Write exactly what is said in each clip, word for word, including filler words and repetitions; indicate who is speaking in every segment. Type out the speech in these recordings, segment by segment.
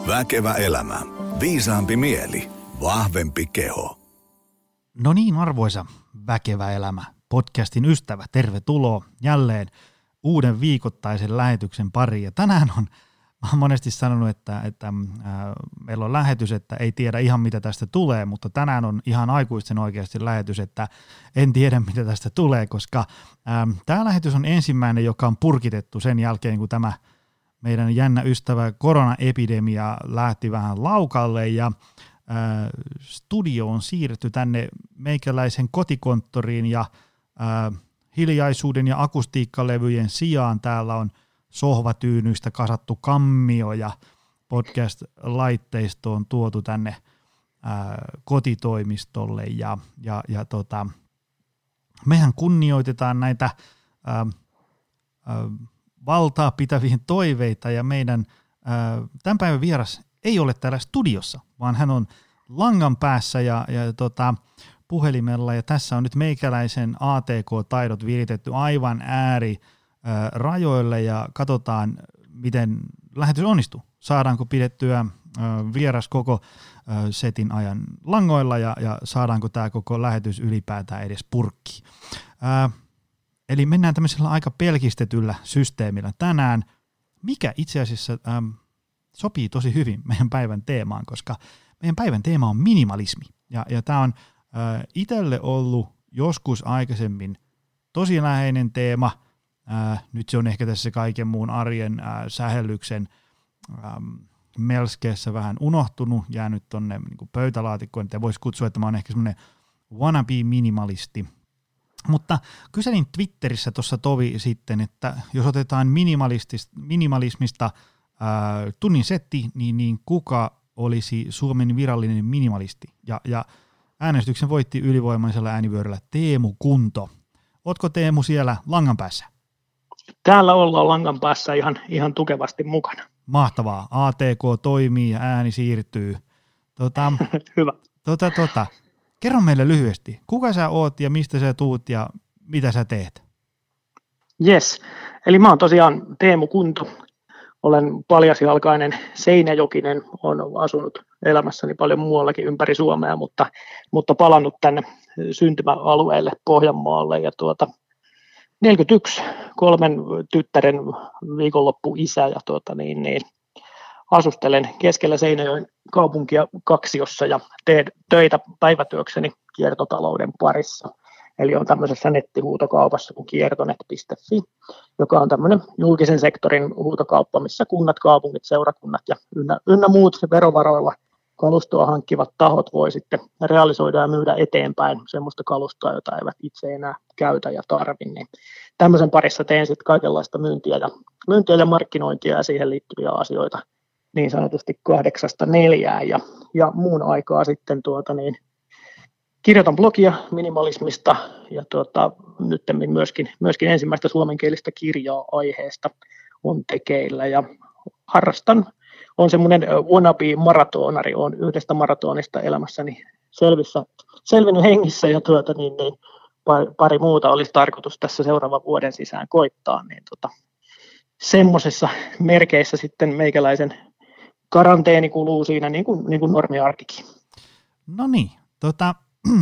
Speaker 1: Väkevä elämä. Viisaampi mieli. Vahvempi keho.
Speaker 2: No niin, arvoisa Väkevä elämä podcastin ystävä, tervetuloa jälleen uuden viikoittaisen lähetyksen pariin. Ja tänään on, mä oon monesti sanonut, että, että äh, meillä on lähetys, että ei tiedä ihan mitä tästä tulee, mutta tänään on ihan aikuisten oikeasti lähetys, että en tiedä mitä tästä tulee, koska äh, tämä lähetys on ensimmäinen, joka on purkitettu sen jälkeen, kun tämä meidän jännä ystävä koronaepidemia lähti vähän laukalle ja äh, studio on siirretty tänne meikäläisen kotikonttoriin ja äh, hiljaisuuden ja akustiikkalevyjen sijaan täällä on sohvatyynyistä kasattu kammio ja podcast-laitteisto on tuotu tänne ää, kotitoimistolle ja, ja, ja tota, mehän kunnioitetaan näitä ää, ää, valtaa pitävien toiveita ja meidän ää, tämän päivän vieras ei ole täällä studiossa, vaan hän on langan päässä ja, ja tota, puhelimella ja tässä on nyt meikäläisen A T K-taidot viritetty aivan ääri rajoille ja katsotaan, miten lähetys onnistuu. Saadaanko pidettyä vieras koko setin ajan langoilla ja, ja saadaanko tämä koko lähetys ylipäätään edes purkkiin. Eli mennään tämmöisellä aika pelkistetyllä systeemillä tänään, mikä itse asiassa ähm, sopii tosi hyvin meidän päivän teemaan, koska meidän päivän teema on minimalismi. Ja, ja tämä on äh, itselle ollut joskus aikaisemmin tosi läheinen teema. Äh, nyt se on ehkä tässä kaiken muun arjen äh, sähellyksen ähm, melskeessä vähän unohtunut, jäänyt tonne niin pöytälaatikkoon, että voisi kutsua, että mä oon ehkä semmoinen wannabe-minimalisti. Mutta kyselin Twitterissä tuossa tovi sitten, että jos otetaan minimalismista äh, tunnin setti, niin, niin kuka olisi Suomen virallinen minimalisti? Ja, ja äänestyksen voitti ylivoimaisella äänivyöryllä Teemu Kunto. Ootko Teemu siellä langan päässä?
Speaker 3: Täällä ollaan langan päässä ihan, ihan tukevasti mukana.
Speaker 2: Mahtavaa. A T K toimii ja ääni siirtyy. Tota,
Speaker 3: Hyvä.
Speaker 2: Tota, tota. Kerro meille lyhyesti, kuka sä oot ja mistä sä tuut ja mitä sä teet?
Speaker 3: Yes, eli mä oon tosiaan Teemu Kunto. Olen paljasjalkainen seinäjokinen, olen asunut elämässäni paljon muuallakin ympäri Suomea, mutta, mutta palannut tänne syntymäalueelle Pohjanmaalle ja tuota, neljäkymmentäyksi, kolmen tyttären viikonloppuisä ja tuota, niin, niin, asustelen keskellä Seinäjoen kaupunkia kaksiossa ja teen töitä päivätyökseni kiertotalouden parissa. Eli on tämmöisessä nettihuutokaupassa kuin kiertonet piste fi, joka on tämmöinen julkisen sektorin huutokauppa, missä kunnat, kaupungit, seurakunnat ja ynnä, ynnä muut verovaroilla kalustoa hankkivat tahot voi sitten realisoida ja myydä eteenpäin semmoista kalustoa, jota eivät itse enää käytä ja tarvi. Niin tämmöisen parissa teen sitten kaikenlaista myyntiä ja, myyntiä ja markkinointia ja siihen liittyviä asioita niin sanotusti kahdeksasta neljään ja, ja muun aikaa sitten tuota niin, kirjoitan blogia minimalismista ja tuota, nyt myöskin, myöskin ensimmäistä suomenkielistä kirjaa aiheesta on tekeillä ja harrastan. Olen semmoinen wannabe-maratonari, olen yhdestä maratonista elämässäni selvissä, selvinnyt hengissä ja tuota, niin, niin, pari muuta olisi tarkoitus tässä seuraavan vuoden sisään koittaa. Niin, tota, semmoisessa merkeissä sitten meikäläisen karanteeni kuluu siinä niin kuin, niin kuin normiarkikin.
Speaker 2: No niin, tota,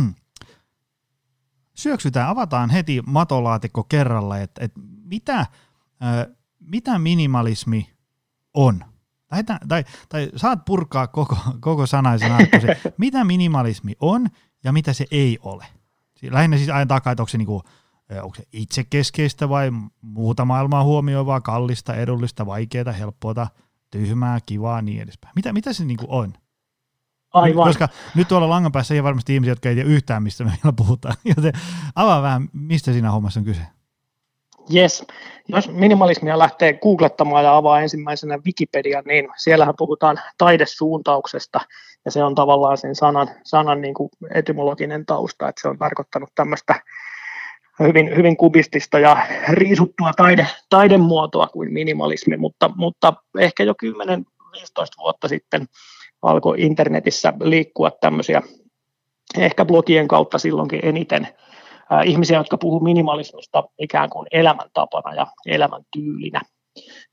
Speaker 2: syöksytään, avataan heti matolaatikko kerralla, että et mitä, äh, mitä minimalismi on? Tai, tai, tai saat purkaa koko, koko sanaisen arkkasi. Mitä minimalismi on ja mitä se ei ole? Lähinnä siis ajan takaa, että onko se, niinku, onko se itsekeskeistä vai muuta maailmaa huomioivaa, kallista, edullista, vaikeaa, helppoa, tyhmää, kivaa niin edespäin. Mitä, mitä se niinku on?
Speaker 3: Aivan.
Speaker 2: Koska nyt tuolla langan päässä ei varmasti ihmisiä, jotka ei tiedä yhtään, mistä me vielä puhutaan. Joten avaa vähän, mistä siinä hommassa on kyse.
Speaker 3: Yes. Jos minimalismia lähtee googlettamaan ja avaa ensimmäisenä Wikipedia, niin siellähän puhutaan taidesuuntauksesta, ja se on tavallaan sen sanan, sanan niin kuin etymologinen tausta, että se on tarkoittanut tämmöistä hyvin, hyvin kubistista ja riisuttua taide, taidemuotoa kuin minimalismi, mutta, mutta ehkä jo kymmenen viisitoista vuotta sitten alkoi internetissä liikkua tämmöisiä, ehkä blogien kautta silloinkin eniten, ihmisiä, jotka puhuu minimalismista ikään kuin elämäntapana ja elämäntyylinä.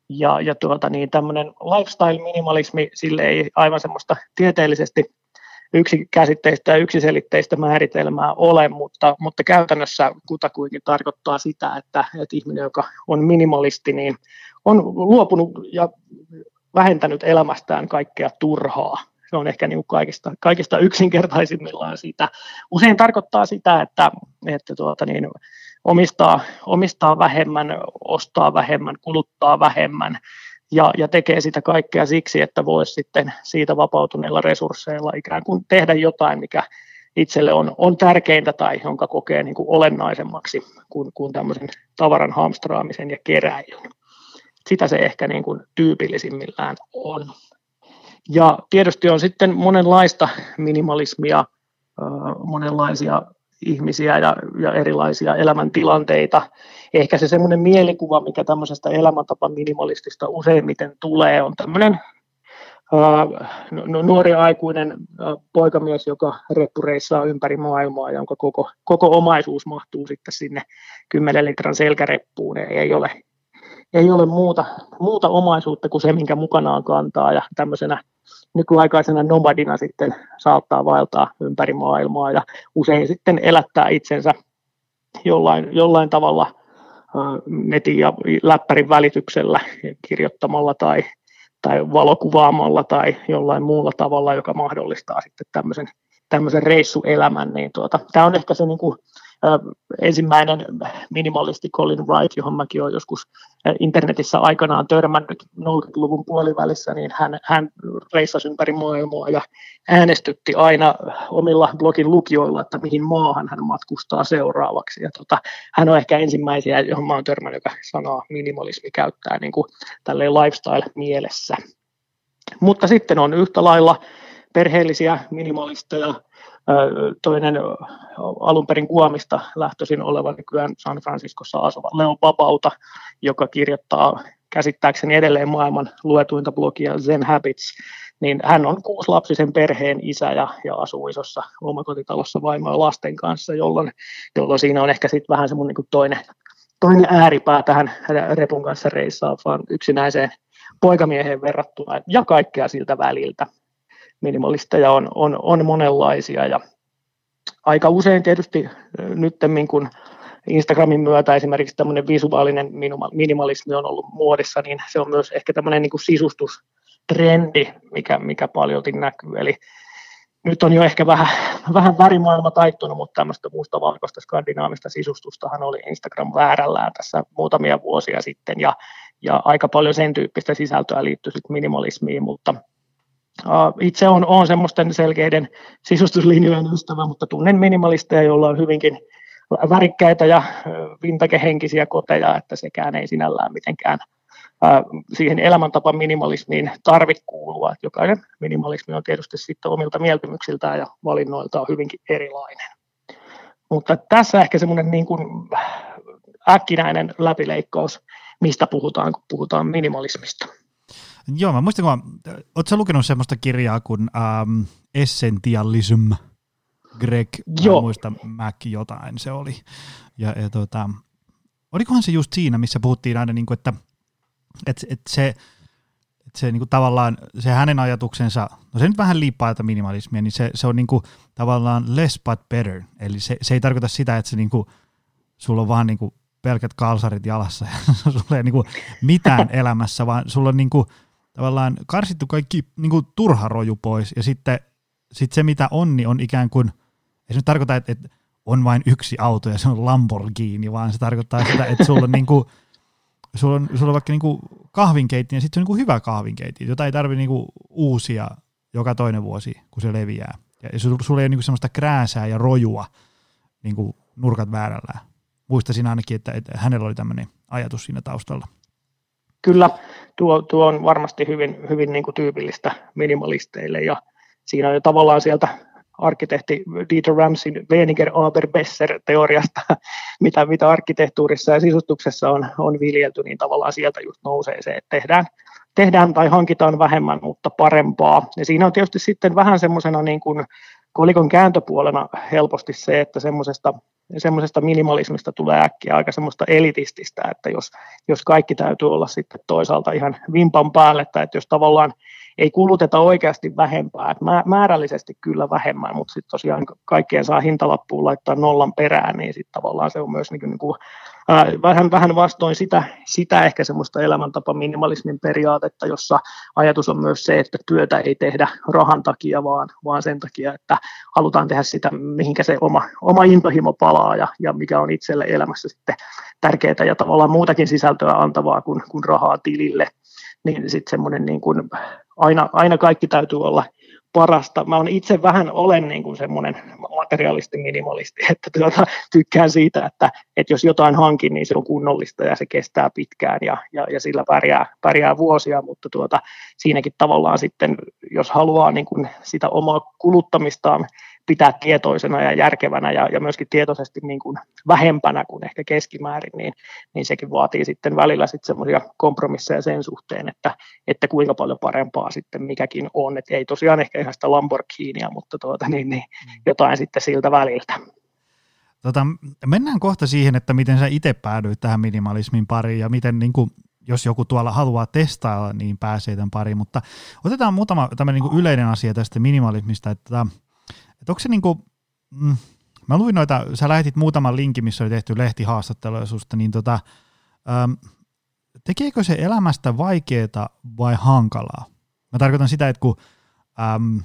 Speaker 3: Ja, ja tuota, niin tämmöinen lifestyle-minimalismi, sille ei aivan semmoista tieteellisesti yksikäsitteistä ja yksiselitteistä määritelmää ole, mutta, mutta käytännössä kutakuinkin tarkoittaa sitä, että, että ihminen, joka on minimalisti, niin on luopunut ja vähentänyt elämästään kaikkea turhaa. Se on ehkä niin kuin kaikista, kaikista yksinkertaisimmillaan sitä. Usein tarkoittaa sitä, että, että tuota niin, omistaa, omistaa vähemmän, ostaa vähemmän, kuluttaa vähemmän ja, ja tekee sitä kaikkea siksi, että voisi sitten siitä vapautuneilla resursseilla ikään kuin tehdä jotain, mikä itselle on, on tärkeintä tai jonka kokee niin kuin olennaisemmaksi kuin, kuin tämmöisen tavaran hamstraamisen ja keräilyn. Sitä se ehkä niin kuin tyypillisimmillään on. Ja tietysti on sitten monenlaista minimalismia, monenlaisia ihmisiä ja, ja erilaisia elämäntilanteita. Ehkä se semmoinen mielikuva, mikä tämmöisestä elämäntapa minimalistista useimmiten tulee, on tämmöinen nuori aikuinen poikamies, joka reppureissaa ympäri maailmaa, jonka koko, koko omaisuus mahtuu sitten sinne kymmenen litran selkäreppuun. Ei ole, ei ole muuta, muuta omaisuutta kuin se, minkä mukanaan kantaa, ja tämmöisenä nykyaikaisena nomadina sitten saattaa vaeltaa ympäri maailmaa ja usein sitten elättää itsensä jollain, jollain tavalla netin ja läppärin välityksellä kirjoittamalla tai, tai valokuvaamalla tai jollain muulla tavalla, joka mahdollistaa sitten tämmöisen, tämmöisen reissuelämän. Niin tuota, tämä on ehkä se niin kuin, ä, ensimmäinen minimalisti Colin Wright, johon mäkin olen joskus internetissä aikanaan törmännyt nollakymmentäluvun puolivälissä, niin hän, hän reissasi ympäri maailmaa ja äänestytti aina omilla blogin lukijoilla, että mihin maahan hän matkustaa seuraavaksi. Ja tota, hän on ehkä ensimmäisiä, johon mä olen törmännyt, joka sanaa minimalismi käyttää niin kuin tälleen lifestyle-mielessä. Mutta sitten on yhtä lailla perheellisiä minimalisteja. Toinen alun perin Guamista lähtöisin oleva nykyään San Franciscossa asuva Leo Babauta, joka kirjoittaa käsittääkseni edelleen maailman luetuinta blogia Zen Habits, niin hän on kuusilapsisen perheen isä ja, ja asuu isossa omakotitalossa vaimo ja lasten kanssa, jolloin, jolloin siinä on ehkä sitten vähän semmoinen niin toinen, toinen ääripää tähän repun kanssa reissaavaan yksinäiseen poikamieheen verrattuna ja kaikkea siltä väliltä. Minimalisteja on, on, on monenlaisia ja aika usein tietysti nyttemmin kun Instagramin myötä esimerkiksi tämmöinen visuaalinen minimalismi on ollut muodissa, niin se on myös ehkä tämmöinen niin kuin sisustustrendi, mikä, mikä paljolti näkyy. Eli nyt on jo ehkä vähän, vähän värimaailma taittunut, mutta tämmöistä mustavalkoista skandinaamista sisustustahan oli Instagram väärällään tässä muutamia vuosia sitten ja, ja aika paljon sen tyyppistä sisältöä liittyy sitten minimalismiin, mutta itse olen, olen semmoisten selkeiden sisustuslinjojen ystävä, mutta tunnen minimalisteja, joilla on hyvinkin värikkäitä ja vintage-henkisiä koteja, että sekään ei sinällään mitenkään siihen elämäntapa minimalismiin tarvitse kuulua. Että jokainen minimalismi on tietysti sitten omilta mieltymyksiltään ja valinnoiltaan hyvinkin erilainen. Mutta tässä ehkä semmoinen niin kuin äkkinäinen läpileikkaus, mistä puhutaan, kun puhutaan minimalismista.
Speaker 2: Joo, mä muistan, kun ootko sä lukenut semmoista kirjaa kuin ähm, Essentialism, Greg, mä muistan, Mac jotain se oli. Ja, ja tota, olikohan se just siinä, missä puhuttiin aina, niin kuin, että, että, että se, että se niin kuin tavallaan, se hänen ajatuksensa, no se nyt vähän liippaa tätä minimalismia, niin se, se on niin kuin, tavallaan less but better, eli se, se ei tarkoita sitä, että se niin kuin, sulla on vaan niin kuin, pelkät kalsarit jalassa ja sulla ei niin kuin, mitään elämässä, vaan sulla on niin kuin, tavallaan karsittu kaikki niin kuin turha roju pois, ja sitten sit se, mitä on, niin on ikään kuin, ei se nyt tarkoita, että, että on vain yksi auto ja se on Lamborghini, vaan se tarkoittaa sitä, että sulla on, niin kuin, sulla on, sulla on vaikka niin kuin kahvinkeitti, ja sitten se on niin kuin hyvä kahvinkeitti, jota ei tarvitse niin kuin uusia joka toinen vuosi, kun se leviää. Ja sulla ei ole niin kuin semmoista krääsää ja rojua niin kuin nurkat väärällään. Muistaisin ainakin, että, että hänellä oli tämmöinen ajatus siinä taustalla. Kyllä,
Speaker 3: tuo, tuo on varmasti hyvin, hyvin niin kuin tyypillistä minimalisteille, ja siinä on jo tavallaan sieltä arkkitehti Dieter Ramsin Weniger-Aber-Besser-teoriasta, mitä, mitä arkkitehtuurissa ja sisustuksessa on, on viljelty, niin tavallaan sieltä just nousee se, että tehdään, tehdään tai hankitaan vähemmän, mutta parempaa. Ja siinä on tietysti sitten vähän semmoisena niin kuin kolikon kääntöpuolena helposti se, että semmoisesta semmoisesta minimalismista tulee äkkiä aika semmoista elitististä, että jos, jos kaikki täytyy olla sitten toisaalta ihan vimpan päälle, että jos tavallaan ei kuluteta oikeasti vähempää, että määrällisesti kyllä vähemmän, mutta sitten tosiaan kaikkien saa hintalappuun laittaa nollan perään, niin sitten tavallaan se on myös niin kuin, niin kuin, ää, vähän, vähän vastoin sitä, sitä ehkä semmoista elämäntapa minimalismin periaatetta, jossa ajatus on myös se, että työtä ei tehdä rahan takia, vaan, vaan sen takia, että halutaan tehdä sitä, mihinkä se oma, oma intohimo palaa ja, ja mikä on itselle elämässä sitten tärkeää ja tavallaan muutakin sisältöä antavaa kuin, kuin rahaa tilille, niin sitten semmoinen niin kuin Aina, aina kaikki täytyy olla parasta. Mä olen itse vähän olen niin kuin semmoinen materialisti minimalisti, että tuota, tykkään siitä, että, että jos jotain hankin, niin se on kunnollista ja se kestää pitkään ja, ja, ja sillä pärjää, pärjää vuosia, mutta tuota, siinäkin tavallaan sitten, jos haluaa niin kuin sitä omaa kuluttamistaan pitää tietoisena ja järkevänä ja, ja myöskin tietoisesti niin kuin vähempänä kuin ehkä keskimäärin, niin, niin sekin vaatii sitten välillä sitten semmoisia kompromisseja sen suhteen, että, että kuinka paljon parempaa sitten mikäkin on. Et ei tosiaan ehkä ihan sitä Lamborghinia, mutta tuota, niin, niin, jotain sitten siltä väliltä.
Speaker 2: Tota, mennään kohta siihen, että miten sä itse päädyit tähän minimalismin pariin ja miten niin kuin, jos joku tuolla haluaa testailla, niin pääsee tämän pariin, mutta otetaan muutama tämmöinen niin kuin yleinen asia tästä minimalismista, että Että onko se niinku, mm, mä luin noita, sä lähetit muutaman linkin, missä oli tehty lehtihaastatteluja susta, niin tota, ähm, tekeekö se elämästä vaikeaa vai hankalaa? Mä tarkoitan sitä, että kun, ähm,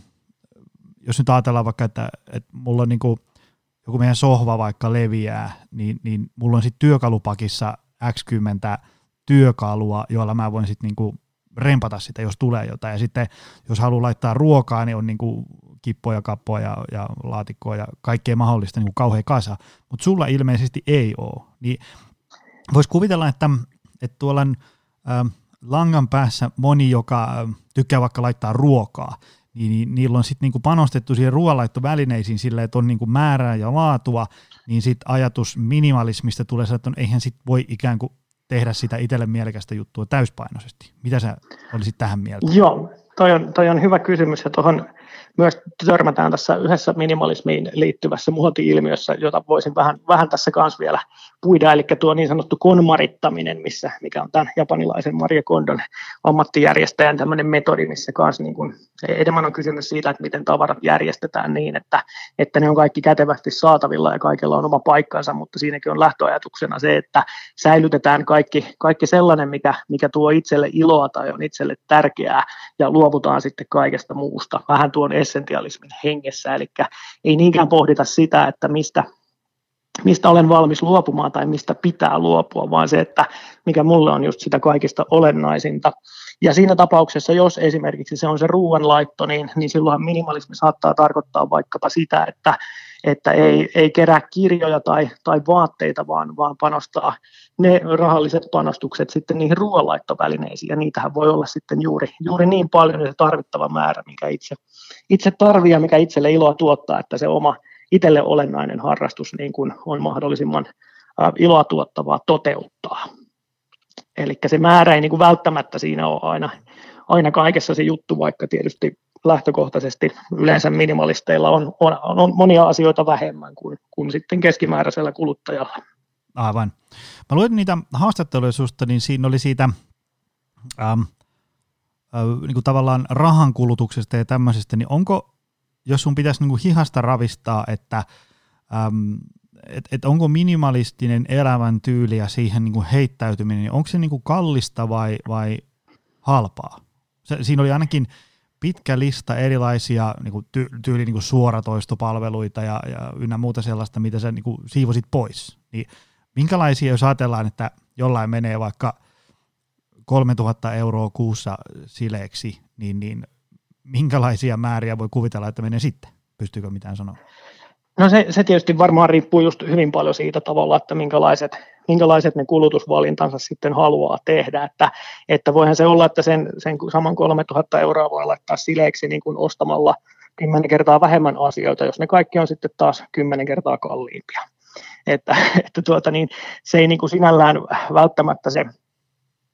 Speaker 2: jos nyt ajatellaan vaikka, että, että mulla on niinku, joku meidän sohva vaikka leviää, niin, niin mulla on sitten työkalupakissa X kymmenen työkalua, joilla mä voin sitten niinku rempata sitä, jos tulee jotain. Ja sitten jos haluaa laittaa ruokaa, niin on niinku kippoja, kappoja ja, ja laatikkoa ja kaikkea mahdollista niin kauhean kasa, mutta sulla ilmeisesti ei ole. Niin voisi kuvitella, että, että tuolla äh, langan päässä moni, joka äh, tykkää vaikka laittaa ruokaa, niin, niin niillä on sitten niinku panostettu siihen ruoanlaittovälineisiin silleen, että on niinku määrää ja laatua, niin sitten ajatus minimalismista tulee sieltä, että eihän sit voi ikään kuin tehdä sitä itselle mielekästä juttua täyspainoisesti. Mitä sä olisit tähän mieltä?
Speaker 3: Joo, toi on, toi on hyvä kysymys ja tuohon myös törmätään tässä yhdessä minimalismiin liittyvässä muoti-ilmiössä, jota voisin vähän, vähän tässä kanssa vielä puida, eli tuo niin sanottu konmarittaminen, missä, mikä on tämän japanilaisen Marie Kondon ammattijärjestäjän tämmöinen metodi, missä kanssa niin kuin, enemmän on kysymys siitä, että miten tavarat järjestetään niin, että, että ne on kaikki kätevästi saatavilla ja kaikilla on oma paikkansa, mutta siinäkin on lähtöajatuksena se, että säilytetään kaikki, kaikki sellainen, mikä, mikä tuo itselle iloa tai on itselle tärkeää ja luovutaan sitten kaikesta muusta. Vähän tuon essentialismin hengessä, eli ei niinkään pohdita sitä, että mistä, mistä olen valmis luopumaan tai mistä pitää luopua, vaan se, että mikä mulle on just sitä kaikista olennaisinta. Ja siinä tapauksessa, jos esimerkiksi se on se ruoanlaitto, niin, niin silloinhan minimalismi saattaa tarkoittaa vaikkapa sitä, että, että ei, ei kerää kirjoja tai, tai vaatteita, vaan, vaan panostaa ne rahalliset panostukset sitten niihin ruoanlaittovälineisiin, ja niitähän voi olla sitten juuri, juuri niin paljon se tarvittava määrä, mikä itse, itse tarvii ja mikä itselle iloa tuottaa, että se oma itselle olennainen harrastus niin kuin on mahdollisimman iloa tuottavaa toteuttaa. Eli se määrä ei niin kuin välttämättä siinä ole aina, aina kaikessa se juttu, vaikka tietysti lähtökohtaisesti yleensä minimalisteilla on, on, on monia asioita vähemmän kuin, kuin sitten keskimääräisellä kuluttajalla.
Speaker 2: Aivan. Mä luin niitä haastatteluja susta, niin siinä oli siitä ähm, äh, niin kuin tavallaan rahan kulutuksesta ja tämmöisestä, niin onko, jos sun pitäisi niin kuin hihasta ravistaa, että ähm, et, et onko minimalistinen elämäntyyli ja siihen niin kuin heittäytyminen, niin onko se niin kuin kallista vai, vai halpaa? Se, siinä oli ainakin pitkä lista erilaisia niin kuin ty, tyyli niin kuin suoratoistopalveluita ja, ja ynnä muuta sellaista, mitä sä niin kuin siivosit pois. Niin minkälaisia, jos ajatellaan, että jollain menee vaikka kolmetuhatta euroa kuussa sileeksi, niin, niin minkälaisia määriä voi kuvitella, että menee sitten? Pystyykö mitään sanoa?
Speaker 3: No se, se tietysti varmaan riippuu just hyvin paljon siitä tavalla, että minkälaiset, minkälaiset ne kulutusvalintansa sitten haluaa tehdä, että, että voihan se olla, että sen, sen saman kolmetuhatta euroa voi laittaa sileeksi niin kuin ostamalla kymmenen kertaa vähemmän asioita, jos ne kaikki on sitten taas kymmenen kertaa kalliimpia. Että, että tuota niin, se ei niin kuin sinällään välttämättä se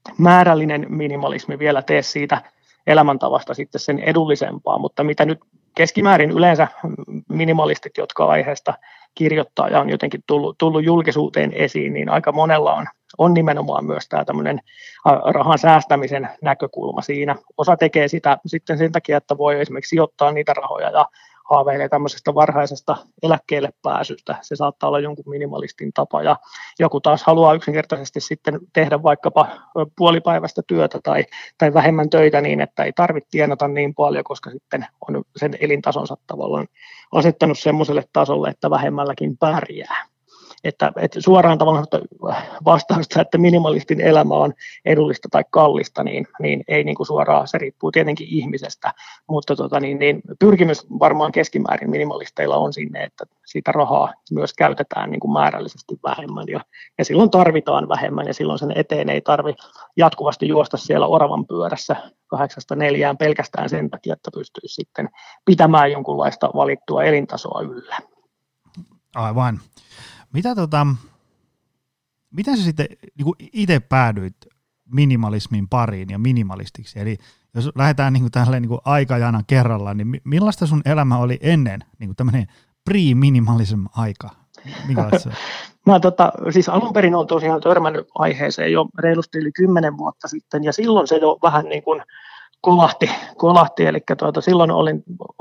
Speaker 3: määrällinen minimalismi vielä tee siitä elämäntavasta sitten sen edullisempaa, mutta mitä nyt keskimäärin yleensä minimalistit, jotka aiheesta kirjoittaa ja on jotenkin tullut, tullut julkisuuteen esiin, niin aika monella on, on nimenomaan myös tämä tämmöinen rahan säästämisen näkökulma siinä. Osa tekee sitä sitten sen takia, että voi esimerkiksi sijoittaa niitä rahoja ja haaveilee tämmöisestä varhaisesta eläkkeelle pääsystä. Se saattaa olla jonkun minimalistin tapa, ja joku taas haluaa yksinkertaisesti sitten tehdä vaikkapa puolipäiväistä työtä tai, tai vähemmän töitä niin, että ei tarvitse tienata niin paljon, koska sitten on sen elintasonsa tavallaan asettanut semmoiselle tasolle, että vähemmälläkin pärjää. Että, että suoraan tavallaan vastausta, että minimalistin elämä on edullista tai kallista, niin, niin ei niin kuin suoraan, se riippuu tietenkin ihmisestä, mutta tota, niin, niin, pyrkimys varmaan keskimäärin minimalisteilla on sinne, että sitä rahaa myös käytetään niin kuin määrällisesti vähemmän, ja, ja silloin tarvitaan vähemmän, ja silloin sen eteen ei tarvitse jatkuvasti juosta siellä oravan pyörässä kahdeksasta neljään pelkästään sen takia, että pystyisi sitten pitämään jonkunlaista valittua elintasoa yllä.
Speaker 2: Aivan. Mitä tota, miten sä sitten niin itse päädyit minimalismin pariin ja minimalistiksi? Eli jos lähdetään niin tälleen niin aikajana kerralla, niin millaista sun elämä oli ennen niin tämmöinen pre-minimalism aika? Minkälaista?
Speaker 3: Mä tota, siis alun perin olen tosiaan törmännyt aiheeseen jo reilusti yli kymmenen vuotta sitten, ja silloin se jo vähän niin kuin kolahti, kolahti eli tuota, silloin olin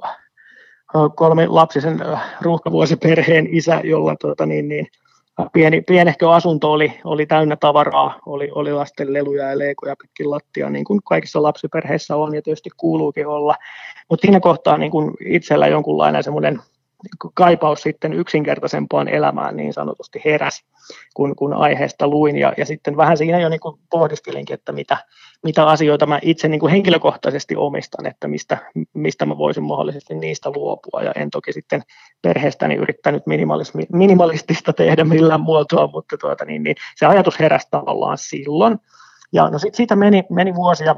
Speaker 3: kolmilapsisen ruuhkavuosiperheen isä, jolla tuota, niin, niin, pieni, pienehkö asunto oli, oli täynnä tavaraa, oli, oli lasten leluja ja leikoja pitkin lattia, niin kuin kaikissa lapsiperheissä on ja tietysti kuuluukin olla. Mutta siinä kohtaa niin kuin itsellä jonkunlainen semmoinen kaipaus sitten yksinkertaisempaan elämään niin sanotusti heräsi, kun, kun aiheesta luin. Ja, ja sitten vähän siinä jo niin kuin pohdiskelinkin, että mitä, mitä asioita mä itse niin kuin henkilökohtaisesti omistan, että mistä, mistä mä voisin mahdollisesti niistä luopua. Ja en toki sitten perheestäni yrittänyt minimalistista tehdä millään muotoa, mutta tuota, niin, niin, se ajatus heräsi tavallaan silloin. Ja no sitten siitä meni, meni vuosia,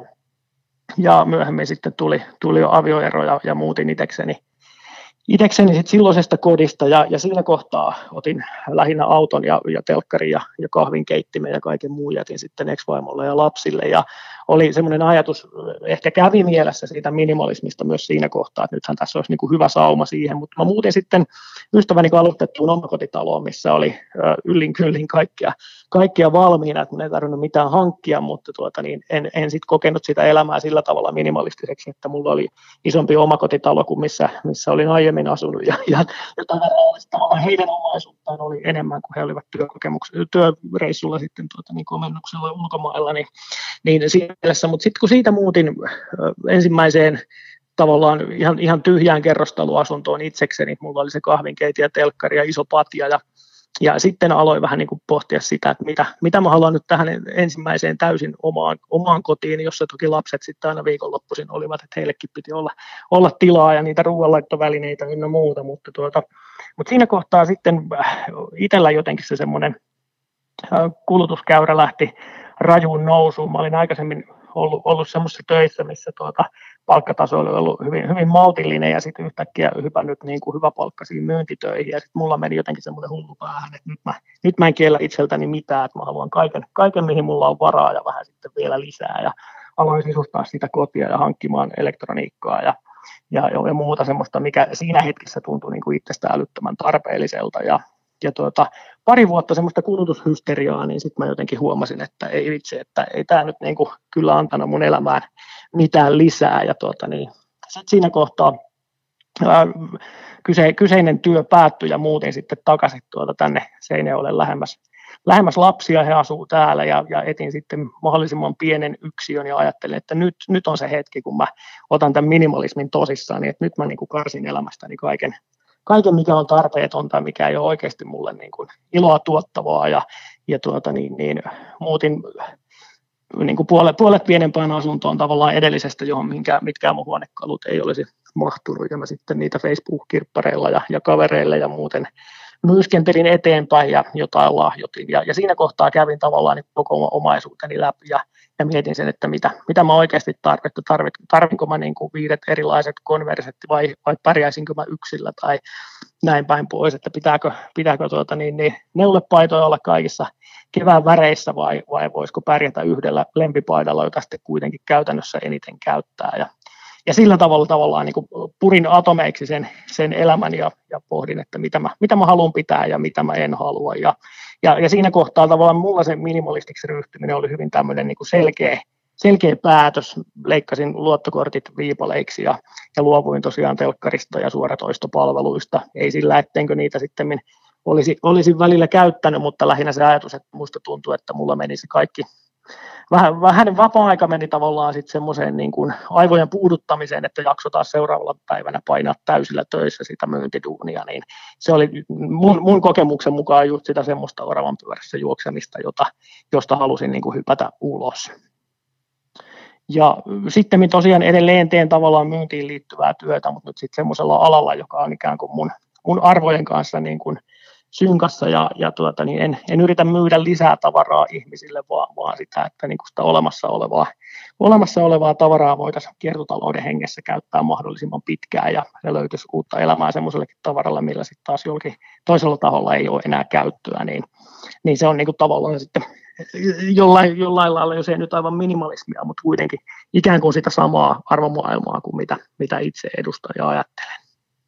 Speaker 3: ja myöhemmin sitten tuli, tuli jo avioero ja, ja muutin itsekseni. Itsekseni sit silloisesta kodista, ja, ja siinä kohtaa otin lähinnä auton ja, ja telkkarin ja, ja kahvinkeittimen ja kaiken muun jätin sitten ex-vaimolle ja lapsille, ja oli semmoinen ajatus, ehkä kävi mielessä siitä minimalismista myös siinä kohtaa, että nythän tässä olisi niin kuin hyvä sauma siihen, mutta mä muutin sitten ystäväni alustettuun omakotitaloon, missä oli yllin kyllin kaikkia, kaikkia valmiina, että mun ei tarvinnut mitään hankkia, mutta tuota, niin en, en sitten kokenut sitä elämää sillä tavalla minimalistiseksi, että mulla oli isompi omakotitalo kuin missä, missä olin aiemmin asunut, ja, ja, ja tavallaan heidän omaisuuttaan oli enemmän kuin he olivat työreissulla sitten tuota, niin komennuksella ulkomailla, niin, niin siinä mielessä, mutta sitten kun siitä muutin ensimmäiseen tavallaan ihan, ihan tyhjään kerrostaloasuntoon itsekseni, mulla oli se kahvinkeiti ja telkkari ja iso patja, ja, ja sitten aloin vähän niin kuin pohtia sitä, että mitä, mitä mä haluan nyt tähän ensimmäiseen täysin omaan, omaan kotiin, jossa toki lapset sitten aina viikonloppuisin olivat, että heillekin piti olla, olla tilaa ja niitä ruoanlaittovälineitä ynnä muuta, mutta, tuota, mutta siinä kohtaa sitten itsellä jotenkin se semmoinen kulutuskäyrä lähti rajuun nousuun. Mä olin aikaisemmin ollut, ollut semmoisissa töissä, missä tuota, palkkataso oli ollut hyvin, hyvin maltillinen, ja sitten yhtäkkiä hypännyt niin kuin hyväpalkkaisiin myyntitöihin, ja sitten mulla meni jotenkin semmoinen hullu päähän, että nyt mä, nyt mä en kiellä itseltäni mitään, että mä haluan kaiken, kaiken, mihin mulla on varaa, ja vähän sitten vielä lisää, ja aloin sisustaa sitä kotia ja hankkimaan elektroniikkaa ja, ja, ja muuta semmoista, mikä siinä hetkessä tuntui niin kuin itsestä älyttömän tarpeelliselta, ja Ja tuota, pari vuotta semmoista kulutushysteriaa, niin sitten mä jotenkin huomasin, että ei vitsi, että ei tämä nyt niinku kyllä antanut mun elämään mitään lisää. Ja tuota, niin, sitten siinä kohtaa ää, kyse, kyseinen työ päättyi ja muutin sitten takaisin tuota tänne Seinäjoelle lähemmäs, lähemmäs lapsia, he asuu täällä, ja, ja etin sitten mahdollisimman pienen yksiön ja ajattelin, että nyt, nyt on se hetki, kun mä otan tämän minimalismin tosissaan, niin että nyt mä niinku karsin elämästäni kaiken, kaiken, mikä on tarpeetonta tai mikä ei ole oikeasti mulle niin kuin iloa tuottavaa, ja, ja tuota, niin, niin, muutin niin kuin puolet, puolet pienempään asuntoon tavallaan edellisestä, johon minkä, mitkään mun huonekalut ei olisi mahtunut, ja mä sitten niitä Facebook-kirppareilla ja, ja kavereille ja muuten myyskentelin eteenpäin ja jotain lahjoitin, ja, ja siinä kohtaa kävin tavallaan niin koko omaisuuteni läpi, ja, ja mietin sen, että mitä, mitä mä oikeasti tarvitsen, tarvit, tarvinko mä niin kuin viidet erilaiset konverset, vai, vai pärjäisinkö mä yksillä, tai näin päin pois, että pitääkö, pitääkö tuota, niin, niin, neulepaitoja olla kaikissa kevään väreissä, vai, vai voisiko pärjätä yhdellä lempipaidalla, jota sitten kuitenkin käytännössä eniten käyttää, ja ja sillä tavalla tavallaan niin kuin purin atomeiksi sen, sen elämän ja, ja pohdin, että mitä mä, mitä mä haluan pitää ja mitä mä en halua. Ja, ja, ja siinä kohtaa tavallaan mulla se minimalistiksi ryhtyminen oli hyvin tämmöinen niin kuin selkeä, selkeä päätös. Leikkasin luottokortit viipaleiksi ja, ja luovuin tosiaan telkkarista ja suoratoistopalveluista. Ei sillä, ettenkö niitä sitten olisi, olisin välillä käyttänyt, mutta lähinnä se ajatus, että musta tuntuu, että mulla meni se kaikki. Vähän, vähän vapaa-aika meni tavallaan sitten semmoiseen niin kuin aivojen puuduttamiseen, että jakso taas seuraavalla päivänä painaa täysillä töissä sitä myyntiduunia, niin se oli mun, mun kokemuksen mukaan just sitä semmoista oravan pyörässä juoksemista, jota, josta halusin niin kuin hypätä ulos. Ja sitten tosiaan edelleen teen tavallaan myyntiin liittyvää työtä, mutta nyt sitten semmoisella alalla, joka on ikään kuin mun, mun arvojen kanssa niin kuin synkassa ja, ja tuota, niin en, en yritä myydä lisää tavaraa ihmisille, vaan, vaan sitä, että niin kuin sitä olemassa olevaa, olemassa olevaa tavaraa voitaisiin kiertotalouden hengessä käyttää mahdollisimman pitkään ja se löytyisi uutta elämää semmoisellekin tavaralle, millä sitten taas jollakin toisella taholla ei ole enää käyttöä, niin, niin se on niin kuin tavallaan sitten jollain, jollain lailla, jos ei nyt aivan minimalismia, mutta kuitenkin ikään kuin sitä samaa arvomaailmaa kuin mitä, mitä itse edustan ja ajattelen.